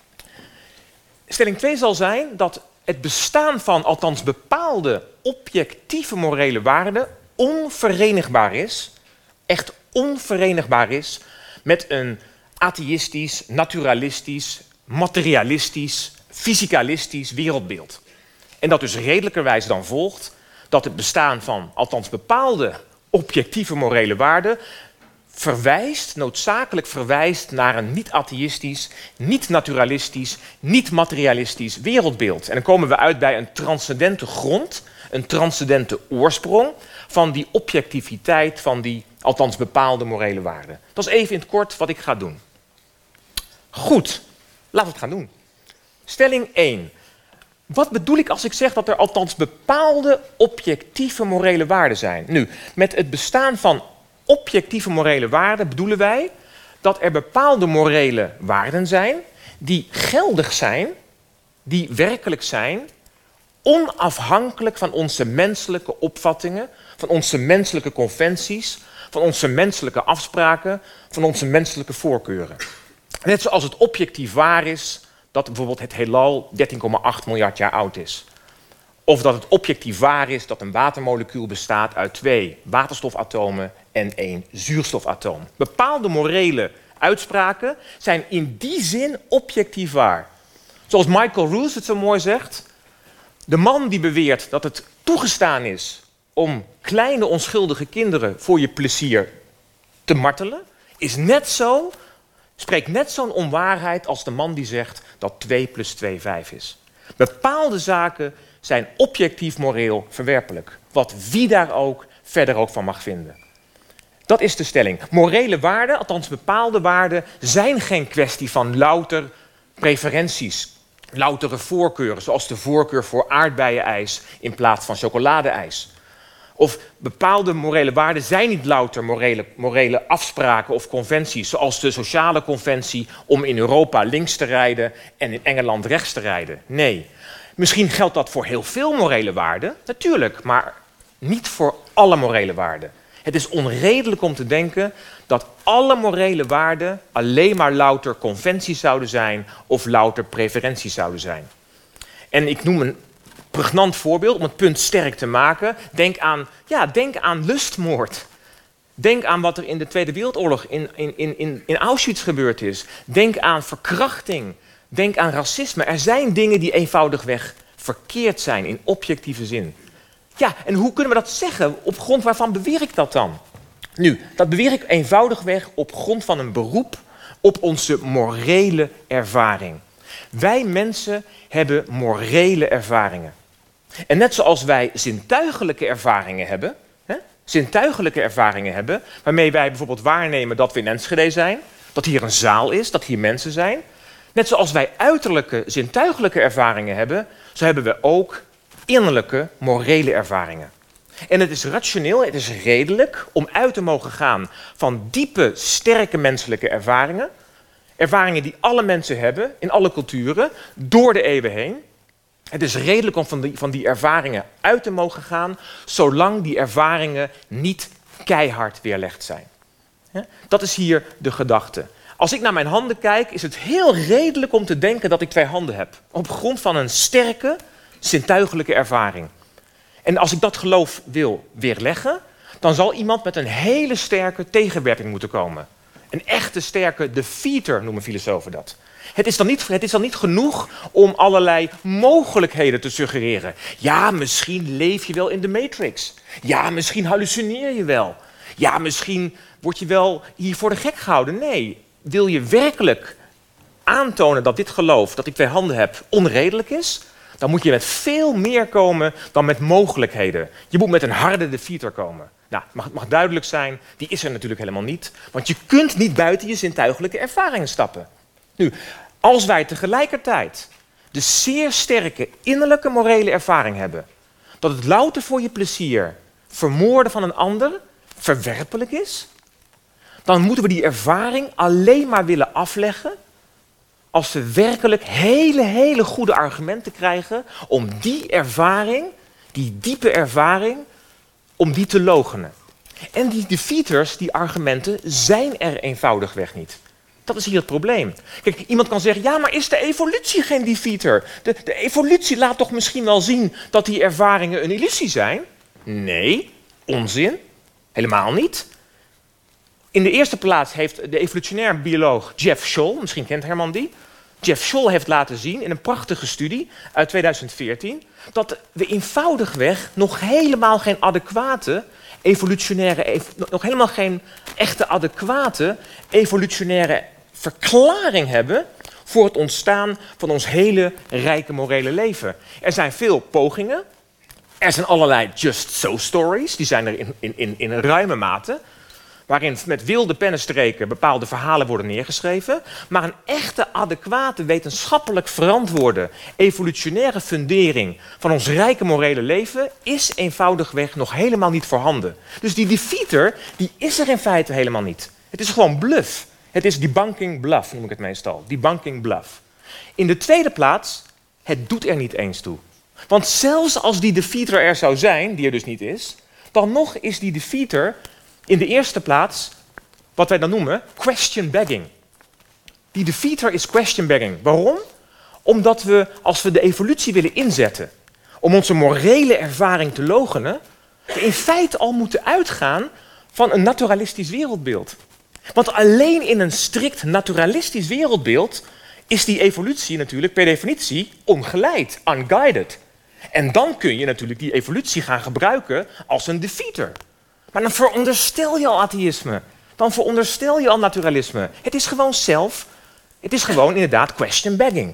Stelling twee zal zijn dat het bestaan van althans bepaalde objectieve morele waarden onverenigbaar is, echt onverenigbaar is, met een atheïstisch, naturalistisch, materialistisch, fysicalistisch wereldbeeld. En dat dus redelijkerwijs dan volgt dat het bestaan van althans bepaalde objectieve morele waarden verwijst, noodzakelijk verwijst naar een niet-atheïstisch, niet-naturalistisch, niet-materialistisch wereldbeeld. En dan komen we uit bij een transcendente grond, een transcendente oorsprong van die objectiviteit van die althans bepaalde morele waarden. Dat is even in het kort wat ik ga doen. Goed, laten we het gaan doen. Stelling één. Wat bedoel ik als ik zeg dat er althans bepaalde objectieve morele waarden zijn? Nu, met het bestaan van objectieve morele waarden bedoelen wij dat er bepaalde morele waarden zijn die geldig zijn, die werkelijk zijn, onafhankelijk van onze menselijke opvattingen, van onze menselijke conventies, van onze menselijke afspraken, van onze menselijke voorkeuren. Net zoals het objectief waar is dat bijvoorbeeld het heelal dertien komma acht miljard jaar oud is. Of dat het objectief waar is dat een watermolecuul bestaat uit twee waterstofatomen en één zuurstofatoom. Bepaalde morele uitspraken zijn in die zin objectief waar. Zoals Michael Ruse het zo mooi zegt, de man die beweert dat het toegestaan is om kleine onschuldige kinderen voor je plezier te martelen, is net zo, spreekt net zo'n onwaarheid als de man die zegt dat twee plus twee vijf is. Bepaalde zaken zijn objectief moreel verwerpelijk, wat wie daar ook verder ook van mag vinden. Dat is de stelling. Morele waarden, althans bepaalde waarden, zijn geen kwestie van louter preferenties, loutere voorkeuren, zoals de voorkeur voor aardbeienijs in plaats van chocoladeijs. Of bepaalde morele waarden zijn niet louter morele, morele afspraken of conventies, zoals de sociale conventie om in Europa links te rijden en in Engeland rechts te rijden. Nee, misschien geldt dat voor heel veel morele waarden, natuurlijk, maar niet voor alle morele waarden. Het is onredelijk om te denken dat alle morele waarden alleen maar louter conventies zouden zijn of louter preferenties zouden zijn. En ik noem een pregnant voorbeeld om het punt sterk te maken. Denk aan, ja, denk aan lustmoord. Denk aan wat er in de Tweede Wereldoorlog in, in, in, in Auschwitz gebeurd is. Denk aan verkrachting. Denk aan racisme. Er zijn dingen die eenvoudigweg verkeerd zijn in objectieve zin. Ja, en hoe kunnen we dat zeggen? Op grond waarvan beweer ik dat dan? Nu, dat beweer ik eenvoudigweg op grond van een beroep op onze morele ervaring. Wij mensen hebben morele ervaringen. En net zoals wij zintuigelijke ervaringen hebben, hè, zintuigelijke ervaringen hebben, waarmee wij bijvoorbeeld waarnemen dat we in Enschede zijn, dat hier een zaal is, dat hier mensen zijn. Net zoals wij uiterlijke, zintuigelijke ervaringen hebben, zo hebben we ook innerlijke, morele ervaringen. En het is rationeel, het is redelijk om uit te mogen gaan van diepe, sterke menselijke ervaringen. Ervaringen die alle mensen hebben, in alle culturen, door de eeuwen heen. Het is redelijk om van die, van die ervaringen uit te mogen gaan, zolang die ervaringen niet keihard weerlegd zijn. Dat is hier de gedachte. Als ik naar mijn handen kijk, is het heel redelijk om te denken dat ik twee handen heb. Op grond van een sterke, zintuigelijke ervaring. En als ik dat geloof wil weerleggen, dan zal iemand met een hele sterke tegenwerping moeten komen. Een echte sterke defeater noemen filosofen dat. Het is, dan niet, het is dan niet genoeg om allerlei mogelijkheden te suggereren. Ja, misschien leef je wel in de Matrix. Ja, misschien hallucineer je wel. Ja, misschien word je wel hier voor de gek gehouden. Nee, wil je werkelijk aantonen dat dit geloof, dat ik twee handen heb, onredelijk is, dan moet je met veel meer komen dan met mogelijkheden. Je moet met een harde defeater komen. Nou, het mag, het mag duidelijk zijn, die is er natuurlijk helemaal niet. Want je kunt niet buiten je zintuigelijke ervaringen stappen. Nu, als wij tegelijkertijd de zeer sterke innerlijke morele ervaring hebben, dat het louter voor je plezier vermoorden van een ander verwerpelijk is, dan moeten we die ervaring alleen maar willen afleggen als we werkelijk hele, hele goede argumenten krijgen om die ervaring, die diepe ervaring, om die te loochenen. En die defeaters, die argumenten, zijn er eenvoudigweg niet. Dat is hier het probleem. Kijk, iemand kan zeggen, ja, maar is de evolutie geen defeater? De, de evolutie laat toch misschien wel zien dat die ervaringen een illusie zijn? Nee, onzin. Helemaal niet. In de eerste plaats heeft de evolutionair bioloog Jeff Scholl, misschien kent Herman die, Jeff Scholl heeft laten zien in een prachtige studie uit tweeduizend veertien... dat we eenvoudigweg nog helemaal geen adequate evolutionaire, nog helemaal geen echte adequate evolutionaire verklaring hebben voor het ontstaan van ons hele rijke morele leven. Er zijn veel pogingen, er zijn allerlei just so stories, die zijn er in, in, in, in een ruime mate, waarin met wilde pennenstreken bepaalde verhalen worden neergeschreven. Maar een echte, adequate, wetenschappelijk verantwoorde, evolutionaire fundering van ons rijke morele leven is eenvoudigweg nog helemaal niet voorhanden. Dus die defeater, die is er in feite helemaal niet. Het is gewoon bluff. Het is debunking bluff, noem ik het meestal. Debunking bluff. In de tweede plaats, het doet er niet eens toe. Want zelfs als die defeater er zou zijn, die er dus niet is, dan nog is die defeater in de eerste plaats, wat wij dan noemen, question begging. Die defeater is question begging. Waarom? Omdat we, als we de evolutie willen inzetten om onze morele ervaring te loochenen, we in feite al moeten uitgaan van een naturalistisch wereldbeeld. Want alleen in een strikt naturalistisch wereldbeeld is die evolutie natuurlijk per definitie ongeleid, unguided. En dan kun je natuurlijk die evolutie gaan gebruiken als een defeater. Maar dan veronderstel je al atheïsme. Dan veronderstel je al naturalisme. Het is gewoon zelf, het is gewoon inderdaad question begging.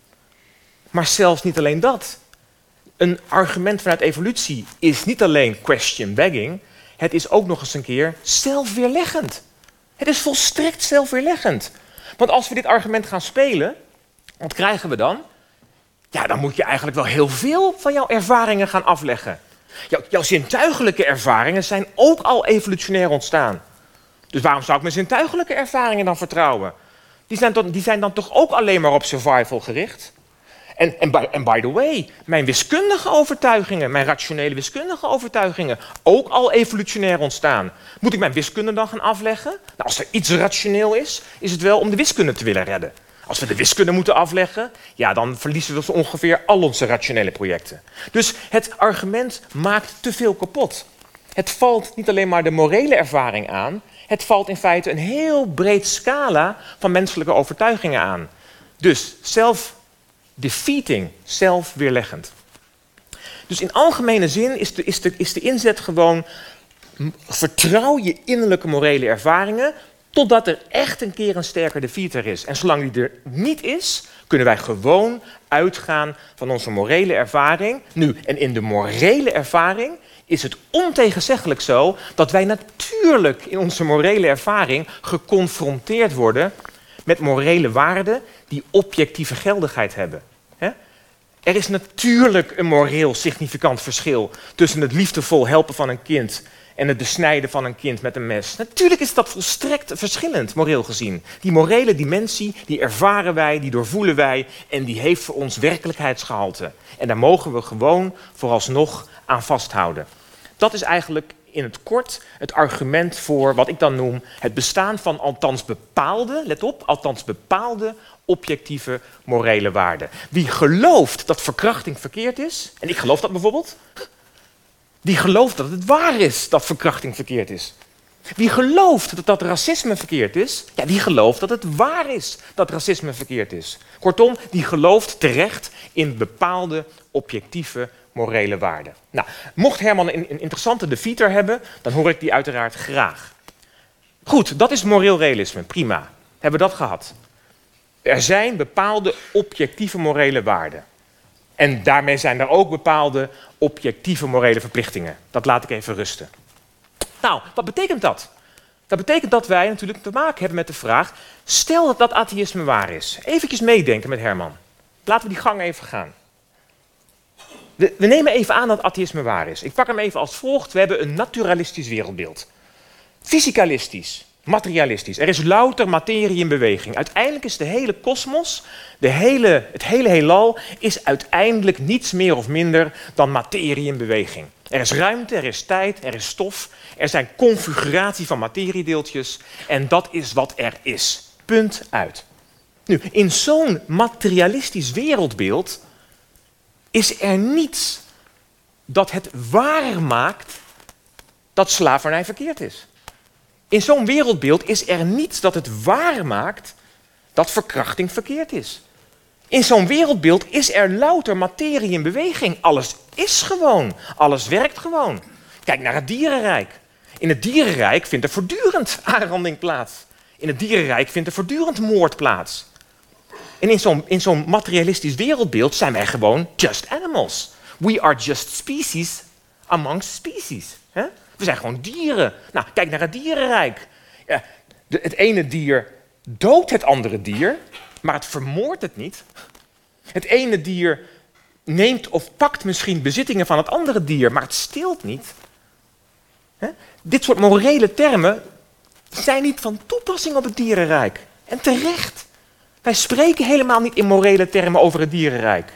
Maar zelfs niet alleen dat. Een argument vanuit evolutie is niet alleen question begging, het is ook nog eens een keer zelfweerleggend. Het is volstrekt zelfweerleggend. Want als we dit argument gaan spelen, wat krijgen we dan? Ja, dan moet je eigenlijk wel heel veel van jouw ervaringen gaan afleggen. Jouw, jouw zintuigelijke ervaringen zijn ook al evolutionair ontstaan. Dus waarom zou ik mijn zintuigelijke ervaringen dan vertrouwen? Die zijn, dan, die zijn dan toch ook alleen maar op survival gericht? En, en, by, en by the way, mijn wiskundige overtuigingen, mijn rationele wiskundige overtuigingen, ook al evolutionair ontstaan. Moet ik mijn wiskunde dan gaan afleggen? Nou, als er iets rationeel is, is het wel om de wiskunde te willen redden. Als we de wiskunde moeten afleggen, ja, dan verliezen we zo ongeveer al onze rationele projecten. Dus het argument maakt te veel kapot. Het valt niet alleen maar de morele ervaring aan, het valt in feite een heel breed scala van menselijke overtuigingen aan. Dus self-defeating, zelfweerleggend. Dus in algemene zin is de, is de, is de inzet gewoon, vertrouw je innerlijke morele ervaringen, totdat er echt een keer een sterke defeater is. En zolang die er niet is, kunnen wij gewoon uitgaan van onze morele ervaring. Nu, en in de morele ervaring is het ontegenzeggelijk zo dat wij natuurlijk in onze morele ervaring geconfronteerd worden met morele waarden die objectieve geldigheid hebben. He? Er is natuurlijk een moreel significant verschil tussen het liefdevol helpen van een kind en het besnijden van een kind met een mes. Natuurlijk is dat volstrekt verschillend, moreel gezien. Die morele dimensie, die ervaren wij, die doorvoelen wij en die heeft voor ons werkelijkheidsgehalte. En daar mogen we gewoon vooralsnog aan vasthouden. Dat is eigenlijk in het kort het argument voor wat ik dan noem het bestaan van althans bepaalde, let op, althans bepaalde objectieve morele waarden. Wie gelooft dat verkrachting verkeerd is, en ik geloof dat bijvoorbeeld, die gelooft dat het waar is dat verkrachting verkeerd is. Wie gelooft dat, dat racisme verkeerd is, ja, die gelooft dat het waar is dat racisme verkeerd is. Kortom, die gelooft terecht in bepaalde objectieve morele waarden. Nou, mocht Herman een, een interessante defeater hebben, dan hoor ik die uiteraard graag. Goed, dat is moreel realisme, prima. Hebben we dat gehad. Er zijn bepaalde objectieve morele waarden. En daarmee zijn er ook bepaalde objectieve morele verplichtingen. Dat laat ik even rusten. Nou, wat betekent dat? Dat betekent dat wij natuurlijk te maken hebben met de vraag, stel dat dat atheïsme waar is. Eventjes meedenken met Herman. Laten we die gang even gaan. We, we nemen even aan dat atheïsme waar is. Ik pak hem even als volgt. We hebben een naturalistisch wereldbeeld. Fysicalistisch, materialistisch. Er is louter materie in beweging. Uiteindelijk is de hele kosmos, de hele, het hele heelal, is uiteindelijk niets meer of minder dan materie in beweging. Er is ruimte, er is tijd, er is stof, er zijn configuratie van materiedeeltjes en dat is wat er is. Punt uit. Nu, in zo'n materialistisch wereldbeeld is er niets dat het waar maakt dat slavernij verkeerd is. In zo'n wereldbeeld is er niets dat het waar maakt dat verkrachting verkeerd is. In zo'n wereldbeeld is er louter materie in beweging. Alles is gewoon. Alles werkt gewoon. Kijk naar het dierenrijk. In het dierenrijk vindt er voortdurend aanranding plaats. In het dierenrijk vindt er voortdurend moord plaats. En in zo'n, in zo'n materialistisch wereldbeeld zijn wij gewoon just animals. We are just species amongst species. He? We zijn gewoon dieren. Nou, kijk naar het dierenrijk. Ja, de, het ene dier doodt het andere dier, maar het vermoordt het niet. Het ene dier neemt of pakt misschien bezittingen van het andere dier, maar het steelt niet. He? Dit soort morele termen zijn niet van toepassing op het dierenrijk. En terecht. Wij spreken helemaal niet in morele termen over het dierenrijk.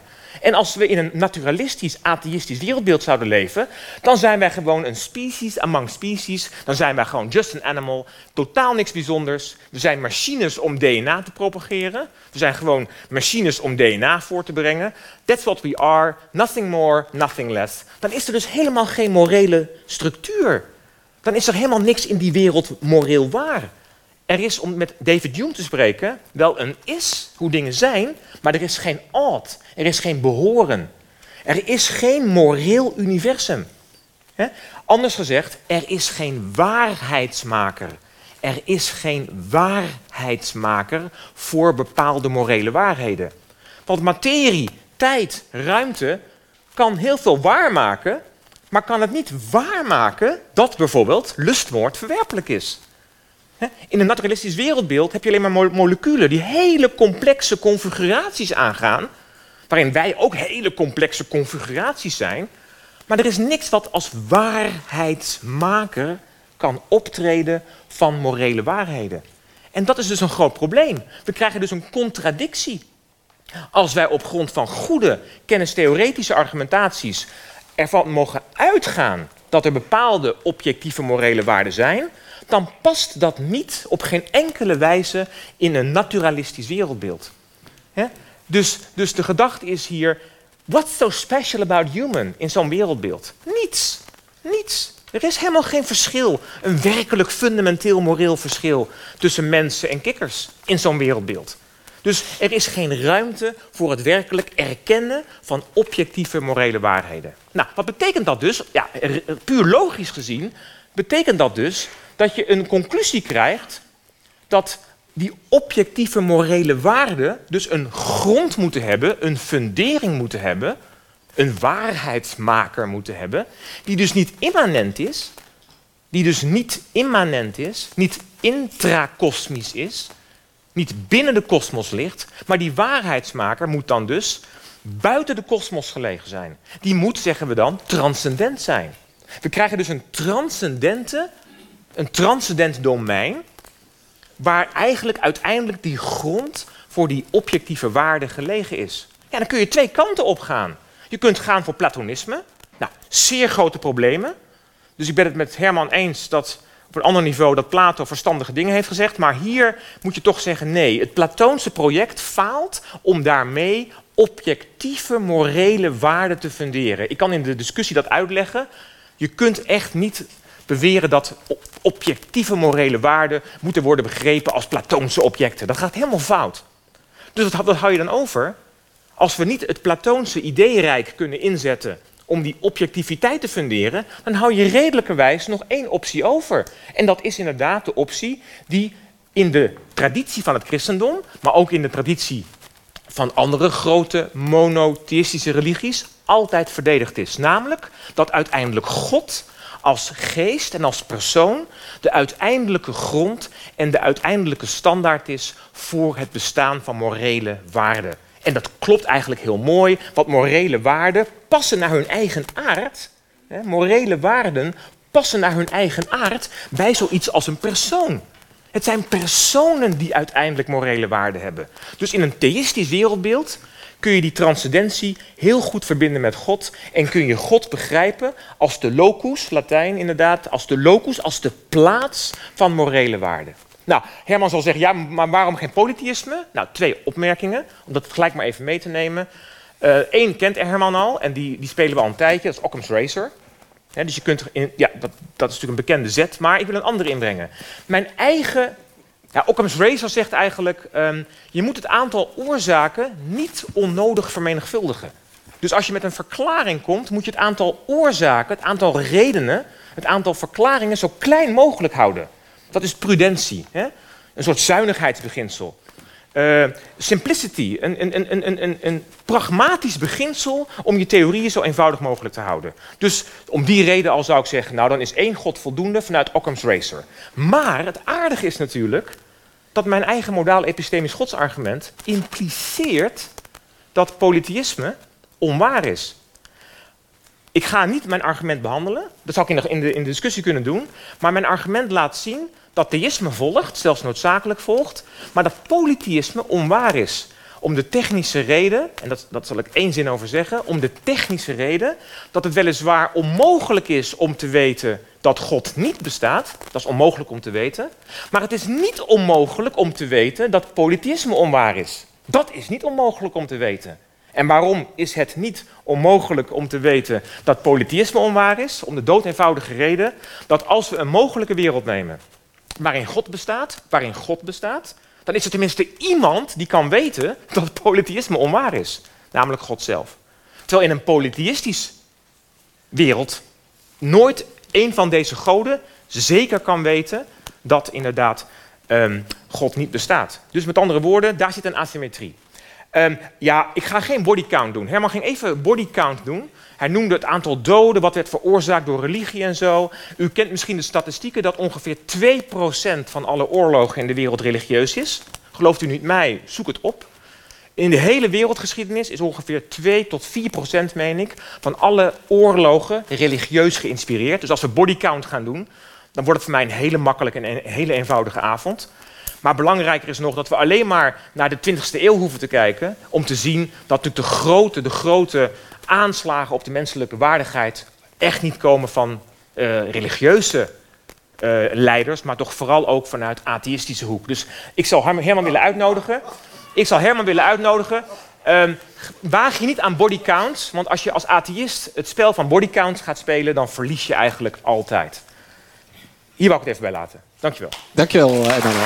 En als we in een naturalistisch, atheïstisch wereldbeeld zouden leven, dan zijn wij gewoon een species among species. Dan zijn wij gewoon just an animal, totaal niks bijzonders. We zijn machines om D N A te propageren. We zijn gewoon machines om D N A voor te brengen. That's what we are, nothing more, nothing less. Dan is er dus helemaal geen morele structuur. Dan is er helemaal niks in die wereld moreel waar. Er is, om met David Hume te spreken, wel een is, hoe dingen zijn, maar er is geen ought, er is geen behoren. Er is geen moreel universum. He? Anders gezegd, er is geen waarheidsmaker. Er is geen waarheidsmaker voor bepaalde morele waarheden. Want materie, tijd, ruimte kan heel veel waarmaken, maar kan het niet waarmaken dat bijvoorbeeld lustmoord verwerpelijk is. In een naturalistisch wereldbeeld heb je alleen maar moleculen die hele complexe configuraties aangaan, waarin wij ook hele complexe configuraties zijn, maar er is niks wat als waarheidsmaker kan optreden van morele waarheden. En dat is dus een groot probleem. We krijgen dus een contradictie. Als wij op grond van goede kennistheoretische argumentaties ervan mogen uitgaan dat er bepaalde objectieve morele waarden zijn, dan past dat niet op geen enkele wijze in een naturalistisch wereldbeeld. He? Dus, dus de gedachte is hier, what's so special about human in zo'n wereldbeeld? Niets, niets. Er is helemaal geen verschil, een werkelijk fundamenteel moreel verschil tussen mensen en kikkers in zo'n wereldbeeld. Dus er is geen ruimte voor het werkelijk erkennen van objectieve morele waarheden. Nou, wat betekent dat dus? Ja, puur logisch gezien betekent dat dus dat je een conclusie krijgt dat die objectieve morele waarden dus een grond moeten hebben, een fundering moeten hebben, een waarheidsmaker moeten hebben, die dus niet immanent is, die dus niet immanent is, niet intrakosmisch is, niet binnen de kosmos ligt, maar die waarheidsmaker moet dan dus buiten de kosmos gelegen zijn. Die moet, zeggen we dan, transcendent zijn. We krijgen dus een transcendente, een transcendent domein, waar eigenlijk uiteindelijk die grond voor die objectieve waarde gelegen is. Ja, dan kun je twee kanten op gaan. Je kunt gaan voor platonisme. Nou, zeer grote problemen. Dus ik ben het met Herman eens dat op een ander niveau dat Plato verstandige dingen heeft gezegd. Maar hier moet je toch zeggen, nee, het Platoonse project faalt om daarmee objectieve morele waarden te funderen. Ik kan in de discussie dat uitleggen. Je kunt echt niet beweren dat objectieve morele waarden moeten worden begrepen als Platoonse objecten. Dat gaat helemaal fout. Dus wat, wat hou je dan over? Als we niet het Platoonse ideeënrijk kunnen inzetten om die objectiviteit te funderen, dan hou je redelijkerwijs nog één optie over. En dat is inderdaad de optie die in de traditie van het christendom, maar ook in de traditie van andere grote monotheïstische religies, altijd verdedigd is. Namelijk dat uiteindelijk God als geest en als persoon de uiteindelijke grond en de uiteindelijke standaard is voor het bestaan van morele waarden. En dat klopt eigenlijk heel mooi, want morele waarden passen naar hun eigen aard. Hè, morele waarden passen naar hun eigen aard bij zoiets als een persoon. Het zijn personen die uiteindelijk morele waarden hebben. Dus in een theïstisch wereldbeeld kun je die transcendentie heel goed verbinden met God en kun je God begrijpen als de locus, Latijn inderdaad, als de locus, als de plaats van morele waarden. Nou, Herman zal zeggen, ja, maar waarom geen polytheïsme? Nou, twee opmerkingen, om dat gelijk maar even mee te nemen. Eén uh, kent Herman al, en die, die spelen we al een tijdje, dat is Occam's Razor. He, dus je kunt, in, ja, dat, dat is natuurlijk een bekende zet, maar ik wil een andere inbrengen. Mijn eigen, ja, Occam's Razor zegt eigenlijk, um, je moet het aantal oorzaken niet onnodig vermenigvuldigen. Dus als je met een verklaring komt, moet je het aantal oorzaken, het aantal redenen, het aantal verklaringen zo klein mogelijk houden. Dat is prudentie, hè? Een soort zuinigheidsbeginsel. Uh, simplicity, een, een, een, een, een, een pragmatisch beginsel om je theorieën zo eenvoudig mogelijk te houden. Dus om die reden al zou ik zeggen, nou dan is één God voldoende vanuit Occam's Razor. Maar het aardige is natuurlijk dat mijn eigen modaal-epistemisch godsargument impliceert dat polytheïsme onwaar is. Ik ga niet mijn argument behandelen, dat zou ik in de, in de, in de discussie kunnen doen, maar mijn argument laat zien dat theïsme volgt, zelfs noodzakelijk volgt, maar dat polytheïsme onwaar is. om de technische reden, en dat, dat zal ik één zin over zeggen, om de technische reden dat het weliswaar onmogelijk is om te weten dat God niet bestaat. Dat is onmogelijk om te weten. Maar het is niet onmogelijk om te weten dat polytheïsme onwaar is. Dat is niet onmogelijk om te weten. En waarom is het niet onmogelijk om te weten dat polytheïsme onwaar is? Om de doodeenvoudige reden dat als we een mogelijke wereld nemen waarin God bestaat, waarin God bestaat, dan is er tenminste iemand die kan weten dat polytheïsme onwaar is. Namelijk God zelf. Terwijl in een polytheïstisch wereld nooit een van deze goden zeker kan weten dat inderdaad um, God niet bestaat. Dus met andere woorden, daar zit een asymmetrie. Um, ja, ik ga geen bodycount doen. Herman ging even bodycount doen. Hij noemde het aantal doden, wat werd veroorzaakt door religie en zo. U kent misschien de statistieken dat ongeveer twee procent van alle oorlogen in de wereld religieus is. Gelooft u niet mij, zoek het op. In de hele wereldgeschiedenis is ongeveer twee tot vier procent, meen ik, van alle oorlogen religieus geïnspireerd. Dus als we bodycount gaan doen, dan wordt het voor mij een hele makkelijke en een hele eenvoudige avond. Maar belangrijker is nog dat we alleen maar naar de twintigste eeuw hoeven te kijken om te zien dat natuurlijk de grote, de grote aanslagen op de menselijke waardigheid echt niet komen van uh, religieuze uh, leiders, maar toch vooral ook vanuit atheïstische hoek. Dus ik zal Herman willen uitnodigen. Ik zal Herman willen uitnodigen. Um, waag je niet aan bodycounts, want als je als atheïst het spel van bodycounts gaat spelen, dan verlies je eigenlijk altijd. Hier wou ik het even bij laten. Dankjewel. Dankjewel, Emmanuel.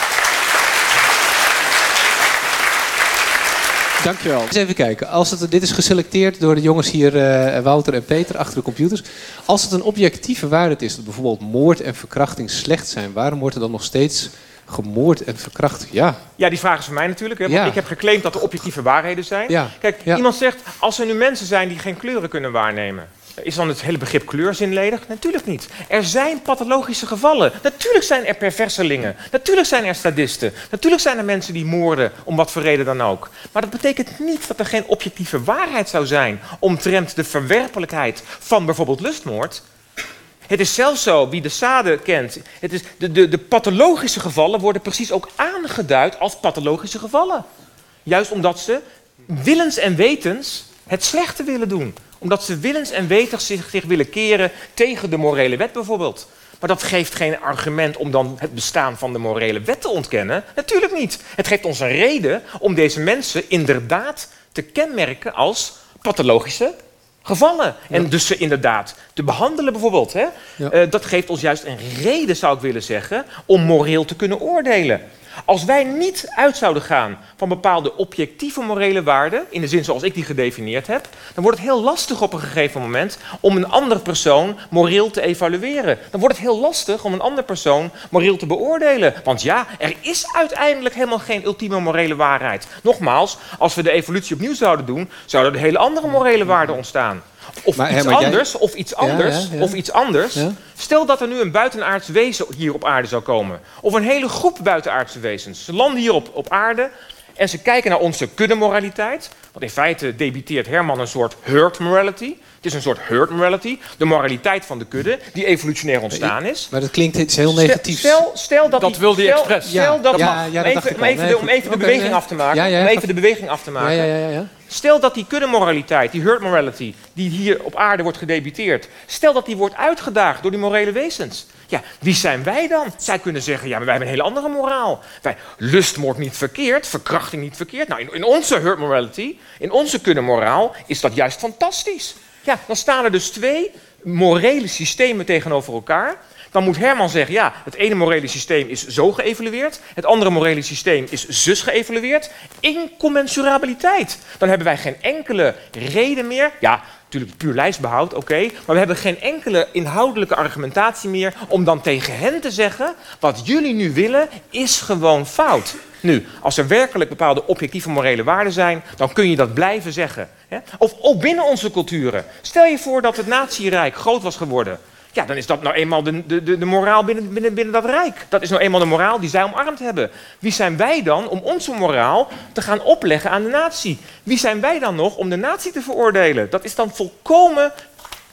Dankjewel. Eens even kijken. Als het, dit is geselecteerd door de jongens hier, uh, Wouter en Peter, achter de computers. Als het een objectieve waarheid is dat bijvoorbeeld moord en verkrachting slecht zijn, waarom wordt er dan nog steeds gemoord en verkracht? Ja. Ja, die vraag is voor mij natuurlijk. Hè, want ja. Ik heb geclaimd dat er objectieve waarheden zijn. Ja. Kijk, ja. iemand zegt, als er nu mensen zijn die geen kleuren kunnen waarnemen, is dan het hele begrip kleur zinledig? Natuurlijk niet. Er zijn pathologische gevallen. Natuurlijk zijn er perverselingen. Natuurlijk zijn er sadisten. Natuurlijk zijn er mensen die moorden, om wat voor reden dan ook. Maar dat betekent niet dat er geen objectieve waarheid zou zijn omtrent de verwerpelijkheid van bijvoorbeeld lustmoord. Het is zelfs zo, wie de Sade kent, het is de, de, de pathologische gevallen worden precies ook aangeduid als pathologische gevallen. Juist omdat ze willens en wetens het slechte willen doen. Omdat ze willens en wetens zich, zich willen keren tegen de morele wet bijvoorbeeld. Maar dat geeft geen argument om dan het bestaan van de morele wet te ontkennen. Natuurlijk niet. Het geeft ons een reden om deze mensen inderdaad te kenmerken als pathologische gevallen. Ja. En dus ze inderdaad te behandelen bijvoorbeeld. Hè? Ja. Uh, dat geeft ons juist een reden, zou ik willen zeggen, om moreel te kunnen oordelen. Als wij niet uit zouden gaan van bepaalde objectieve morele waarden, in de zin zoals ik die gedefinieerd heb, dan wordt het heel lastig op een gegeven moment om een andere persoon moreel te evalueren. Dan wordt het heel lastig om een andere persoon moreel te beoordelen. Want ja, er is uiteindelijk helemaal geen ultieme morele waarheid. Nogmaals, als we de evolutie opnieuw zouden doen, zouden er hele andere morele waarden ontstaan. Of, maar, iets, Herman, anders, jij... of iets anders, ja, ja, ja. of iets anders. Ja. Stel dat er nu een buitenaards wezen hier op aarde zou komen. Of een hele groep buitenaardse wezens. Ze landen hier op, op aarde en ze kijken naar onze kuddemoraliteit. Want in feite debiteert Herman een soort herd morality. Het is een soort herd morality, de moraliteit van de kudde, die evolutionair ontstaan is. Maar dat klinkt iets heel negatiefs. Stel, stel dat dat die, wil die stel, expres. Stel ja, dat, ja, ja, dat even, om even, de, om even de okay, beweging nee. af te maken. Ja, ja, om even de beweging af te maken. Ja, ja, ja, ja. Stel dat die kuddemoraliteit, die herd morality, die hier op aarde wordt gedebiteerd, stel dat die wordt uitgedaagd door die morele wezens. Ja, wie zijn wij dan? Zij kunnen zeggen, ja, maar wij hebben een hele andere moraal. Wij, lustmoord niet verkeerd, verkrachting niet verkeerd. Nou, in, in onze herd morality, in onze kuddemoraal, is dat juist fantastisch. Ja, dan staan er dus twee morele systemen tegenover elkaar. Dan moet Herman zeggen, ja, het ene morele systeem is zo geëvalueerd, het andere morele systeem is zus geëvalueerd. Incommensurabiliteit. Dan hebben wij geen enkele reden meer. Ja, natuurlijk puur lijstbehoud, oké. Okay, maar we hebben geen enkele inhoudelijke argumentatie meer om dan tegen hen te zeggen, wat jullie nu willen is gewoon fout. Nu, als er werkelijk bepaalde objectieve morele waarden zijn, dan kun je dat blijven zeggen. Hè? Of ook binnen onze culturen. Stel je voor dat het Nazi-rijk groot was geworden. Ja, dan is dat nou eenmaal de, de, de moraal binnen, binnen, binnen dat rijk. Dat is nou eenmaal de moraal die zij omarmd hebben. Wie zijn wij dan om onze moraal te gaan opleggen aan de nazi? Wie zijn wij dan nog om de nazi te veroordelen? Dat is dan volkomen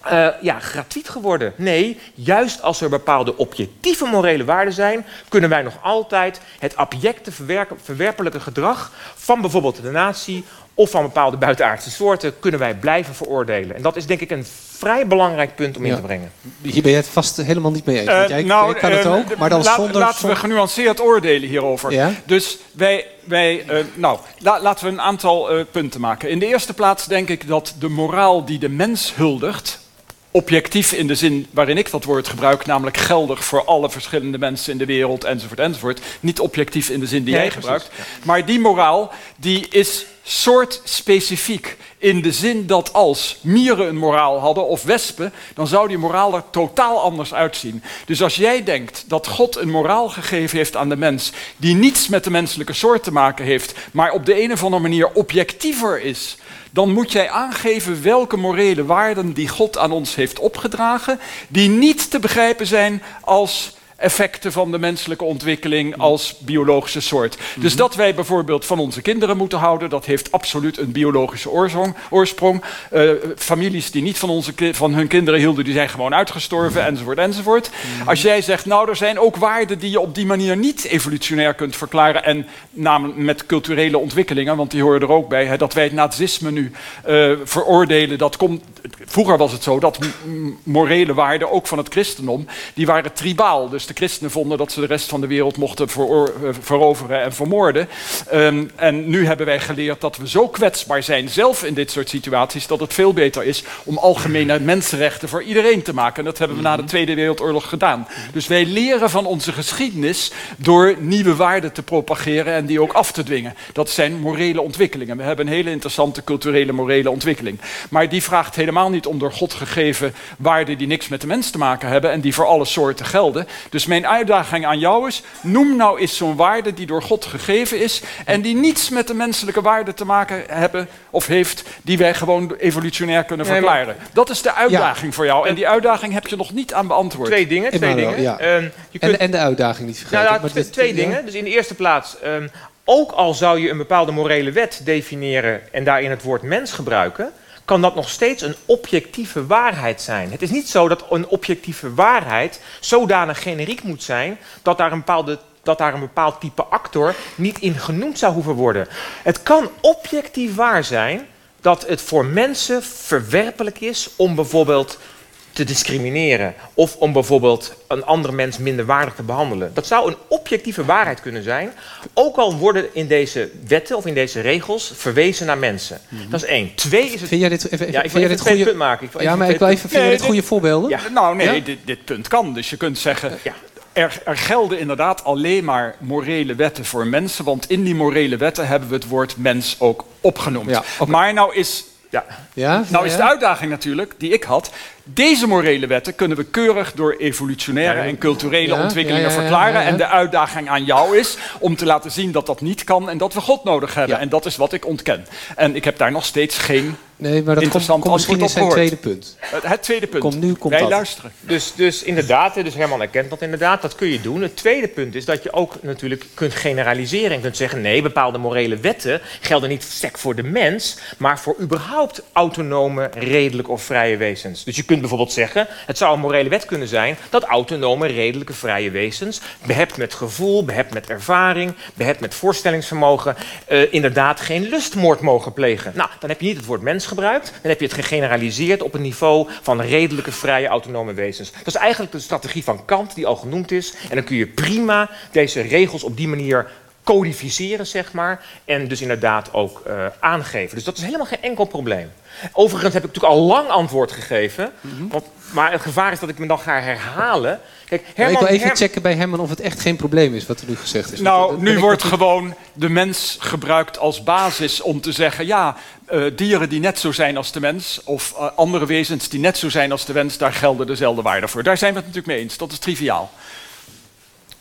uh, ja, gratuit geworden. Nee, juist als er bepaalde objectieve morele waarden zijn, kunnen wij nog altijd het abjecte verwerp- verwerpelijke gedrag van bijvoorbeeld de natie of van bepaalde buitenaardse soorten kunnen wij blijven veroordelen. En dat is denk ik een vrij belangrijk punt om ja. in te brengen. Hier ben je het vast helemaal niet mee eens. Uh, jij, nou, jij kan het uh, ook, maar dan laat, zonder... Laten zonder... we genuanceerd oordelen hierover. Ja? Dus wij... wij uh, nou, la, laten we een aantal uh, punten maken. In de eerste plaats denk ik dat de moraal die de mens huldigt, objectief in de zin waarin ik dat woord gebruik, namelijk geldig voor alle verschillende mensen in de wereld, enzovoort, enzovoort. Niet objectief in de zin die nee, jij precies, gebruikt. ja. Maar die moraal, die is soortspecifiek. In de zin dat als mieren een moraal hadden, of wespen, dan zou die moraal er totaal anders uitzien. Dus als jij denkt dat God een moraal gegeven heeft aan de mens, die niets met de menselijke soort te maken heeft, maar op de een of andere manier objectiever is, dan moet jij aangeven welke morele waarden die God aan ons heeft opgedragen, die niet te begrijpen zijn als effecten van de menselijke ontwikkeling als biologische soort. Mm-hmm. Dus dat wij bijvoorbeeld van onze kinderen moeten houden, dat heeft absoluut een biologische oorsprong. oorsprong. Uh, families die niet van, onze ki- van hun kinderen hielden, die zijn gewoon uitgestorven, enzovoort, enzovoort. Mm-hmm. Als jij zegt, nou, er zijn ook waarden die je op die manier niet evolutionair kunt verklaren, en namelijk met culturele ontwikkelingen, want die horen er ook bij, hè, dat wij het nazisme nu uh, veroordelen, dat komt... Vroeger was het zo dat m- morele waarden, ook van het christendom, die waren tribaal. Dus de christenen vonden dat ze de rest van de wereld mochten veroor- veroveren en vermoorden. Um, en nu hebben wij geleerd dat we zo kwetsbaar zijn, zelf in dit soort situaties, dat het veel beter is om algemene mensenrechten voor iedereen te maken. En dat hebben we na de Tweede Wereldoorlog gedaan. Dus wij leren van onze geschiedenis door nieuwe waarden te propageren en die ook af te dwingen. Dat zijn morele ontwikkelingen. We hebben een hele interessante culturele morele ontwikkeling. Maar die vraagt helemaal niet om door God gegeven waarden die niks met de mens te maken hebben en die voor alle soorten gelden. Dus mijn uitdaging aan jou is, noem nou eens zo'n waarde die door God gegeven is en die niets met de menselijke waarden te maken hebben of heeft, die wij gewoon evolutionair kunnen Nee, verklaren. maar... Dat is de uitdaging ja. voor jou en die uitdaging heb je nog niet aan beantwoord. Twee dingen, twee Emmanuel, dingen. ja. Um, je kunt... en, en de uitdaging niet vergeten. Nou, ja, maar twee, dit, twee ja. dingen. Dus in de eerste plaats, um, ook al zou je een bepaalde morele wet definiëren en daarin het woord mens gebruiken, kan dat nog steeds een objectieve waarheid zijn. Het is niet zo dat een objectieve waarheid zodanig generiek moet zijn dat daar een bepaalde dat daar een bepaald type actor niet in genoemd zou hoeven worden. Het kan objectief waar zijn dat het voor mensen verwerpelijk is om bijvoorbeeld te discrimineren of om bijvoorbeeld een andere mens minderwaardig te behandelen. Dat zou een objectieve waarheid kunnen zijn, ook al worden in deze wetten of in deze regels verwezen naar mensen. Mm-hmm. Dat is één. Twee is het... Vind jij dit, even, ja, ik vind wil jij even dit goede... punt maken. Ik wil ja, even maar ik wil even... Vind Nee, jij dit dit- goede voorbeelden? Ja. Nou nee, Ja? dit, dit punt kan. Dus je kunt zeggen, Ja. Er, er gelden inderdaad alleen maar morele wetten voor mensen, want in die morele wetten hebben we het woord mens ook opgenoemd. Ja, oké. Maar nou is, ja, Ja? nou is Ja? de uitdaging natuurlijk, die ik had, deze morele wetten kunnen we keurig door evolutionaire Ja, en culturele ja, ontwikkelingen ja, ja, ja, verklaren. ja, ja. En de uitdaging aan jou is om te laten zien dat dat niet kan en dat we God nodig hebben. Ja. En dat is wat ik ontken. En ik heb daar nog steeds geen... Nee, maar dat komt, Interessant komt misschien in antwoord zijn op tweede punt. Het, het tweede punt. Kom, nu komt Wij dat. luisteren. Dus, dus inderdaad, hè, dus Herman herkent dat inderdaad, dat kun je doen. Het tweede punt is dat je ook natuurlijk kunt generaliseren en kunt zeggen, nee, bepaalde morele wetten gelden niet sec voor de mens, maar voor überhaupt autonome, redelijke of vrije wezens. Dus je kunt bijvoorbeeld zeggen, het zou een morele wet kunnen zijn dat autonome, redelijke, vrije wezens, behept met gevoel, behept met ervaring, behept met voorstellingsvermogen, uh, inderdaad geen lustmoord mogen plegen. Nou, dan heb je niet het woord mens gebruikt, dan heb je het gegeneraliseerd op een niveau van redelijke, vrije, autonome wezens. Dat is eigenlijk de strategie van Kant, die al genoemd is. En dan kun je prima deze regels op die manier codificeren, zeg maar, en dus inderdaad ook uh, aangeven. Dus dat is helemaal geen enkel probleem. Overigens heb ik natuurlijk al lang antwoord gegeven, mm-hmm. want, maar het gevaar is dat ik me dan ga herhalen. Kijk, Herman, ik wil even Her- checken bij Herman of het echt geen probleem is wat er nu gezegd is. Nou, Dat- dat ben nu ik wordt nog- gewoon de mens gebruikt als basis om te zeggen, ja, uh, dieren die net zo zijn als de mens, of uh, andere wezens die net zo zijn als de mens, daar gelden dezelfde waarden voor. Daar zijn we het natuurlijk mee eens, dat is triviaal.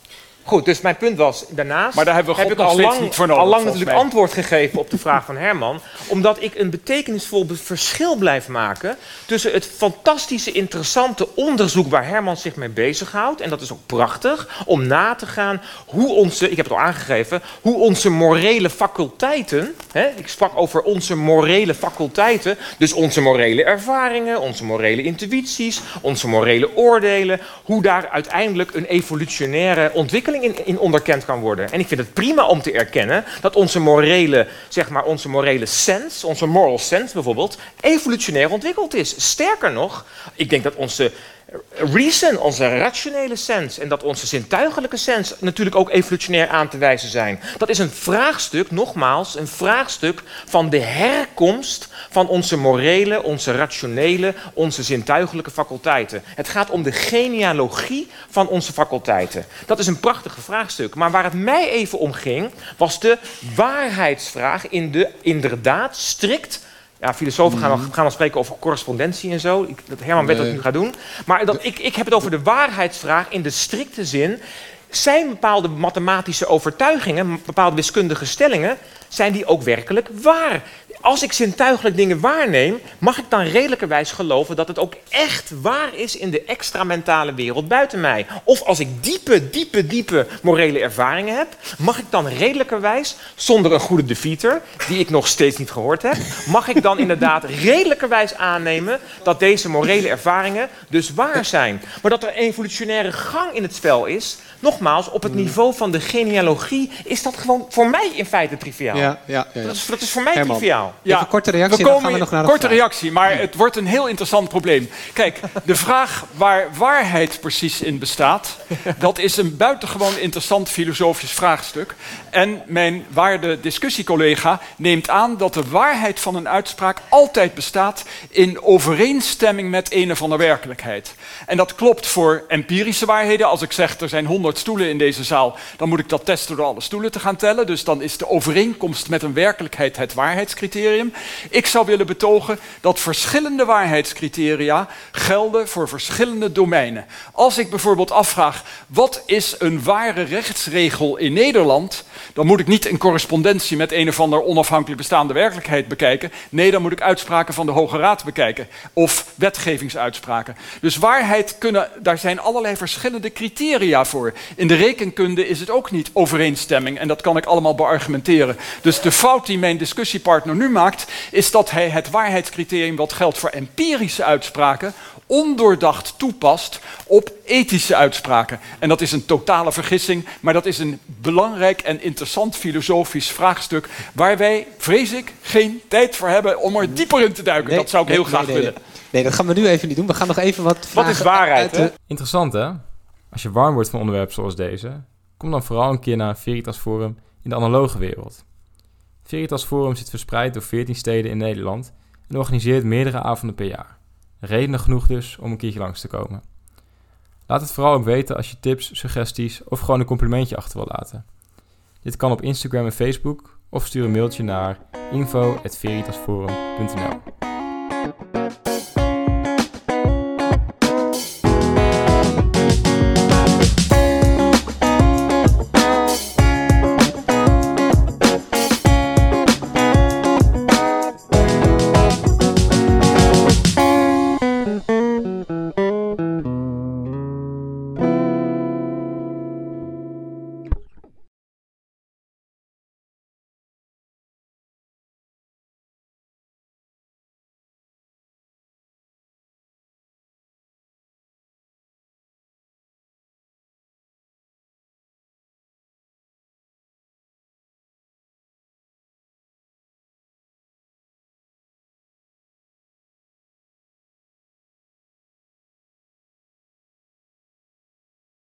Goed, dus mijn punt was daarnaast... Maar daar hebben we heb God ik nog al steeds lang, niet voor nodig, al lang volgens natuurlijk mij. antwoord gegeven op de vraag van Herman. Omdat ik een betekenisvol be- verschil blijf maken... tussen het fantastische, interessante onderzoek... waar Herman zich mee bezighoudt. En dat is ook prachtig, om na te gaan hoe onze... Ik heb het al aangegeven, hoe onze morele faculteiten... Hè, ik sprak over onze morele faculteiten... dus onze morele ervaringen, onze morele intuïties... onze morele oordelen... hoe daar uiteindelijk een evolutionaire ontwikkeling in, in onderkend kan worden. En ik vind het prima om te erkennen dat onze morele, zeg maar, onze morele sense, onze moral sense bijvoorbeeld, evolutionair ontwikkeld is. Sterker nog, ik denk dat onze reason, onze rationele sens en dat onze zintuigelijke sens natuurlijk ook evolutionair aan te wijzen zijn. Dat is een vraagstuk, nogmaals, een vraagstuk van de herkomst van onze morele, onze rationele, onze zintuigelijke faculteiten. Het gaat om de genealogie van onze faculteiten. Dat is een prachtig vraagstuk. Maar waar het mij even om ging, was de waarheidsvraag in de inderdaad strikt... Ja, filosofen gaan, dan, gaan dan spreken over correspondentie en zo. Ik, dat Herman weet dat nu gaat doen. Maar dat, ik, ik heb het over de waarheidsvraag in de strikte zin. Zijn bepaalde mathematische overtuigingen, bepaalde wiskundige stellingen, zijn die ook werkelijk waar? Als ik zintuigelijk dingen waarneem, mag ik dan redelijkerwijs geloven dat het ook echt waar is in de extramentale wereld buiten mij? Of als ik diepe, diepe, diepe morele ervaringen heb, mag ik dan redelijkerwijs, zonder een goede defeater, die ik nog steeds niet gehoord heb, mag ik dan inderdaad redelijkerwijs aannemen dat deze morele ervaringen dus waar zijn? Maar dat er een evolutionaire gang in het spel is, nogmaals, op het niveau van de genealogie, is dat gewoon voor mij in feite triviaal. Ja, ja, ja, ja. Dat, is, dat is voor mij Herman. triviaal. Ja, even korte reactie, we dan komen gaan we nog naar de korte vraag. reactie, maar het wordt een heel interessant probleem. Kijk, de vraag waar waarheid precies in bestaat, dat is een buitengewoon interessant filosofisch vraagstuk. En mijn waarde discussiecollega neemt aan dat de waarheid van een uitspraak altijd bestaat in overeenstemming met een of andere werkelijkheid. En dat klopt voor empirische waarheden. Als ik zeg er zijn honderd stoelen in deze zaal, dan moet ik dat testen door alle stoelen te gaan tellen. Dus dan is de overeenkomst met een werkelijkheid het waarheidscriterium. Ik zou willen betogen dat verschillende waarheidscriteria gelden voor verschillende domeinen. Als ik bijvoorbeeld afvraag, wat is een ware rechtsregel in Nederland? Dan moet ik niet in correspondentie met een of ander onafhankelijk bestaande werkelijkheid bekijken. Nee, dan moet ik uitspraken van de Hoge Raad bekijken. Of wetgevingsuitspraken. Dus waarheid kunnen, daar zijn allerlei verschillende criteria voor. In de rekenkunde is het ook niet overeenstemming. En dat kan ik allemaal beargumenteren. Dus de fout die mijn discussiepartner nu maakt, is dat hij het waarheidscriterium wat geldt voor empirische uitspraken ondoordacht toepast op ethische uitspraken. En dat is een totale vergissing, maar dat is een belangrijk en interessant filosofisch vraagstuk waar wij, vrees ik, geen tijd voor hebben om er dieper in te duiken. Nee, dat zou ik nee, heel graag nee, nee, willen. Nee. nee, dat gaan we nu even niet doen. We gaan nog even wat vragen... Wat is waarheid, uit de... Interessant, hè? Als je warm wordt van een onderwerp zoals deze, kom dan vooral een keer naar een Veritas Forum in de analoge wereld. Veritas Forum zit verspreid door veertien steden in Nederland en organiseert meerdere avonden per jaar. Redenen genoeg dus om een keertje langs te komen. Laat het vooral ook weten als je tips, suggesties of gewoon een complimentje achter wil laten. Dit kan op Instagram en Facebook of stuur een mailtje naar info at veritasforum punt n l.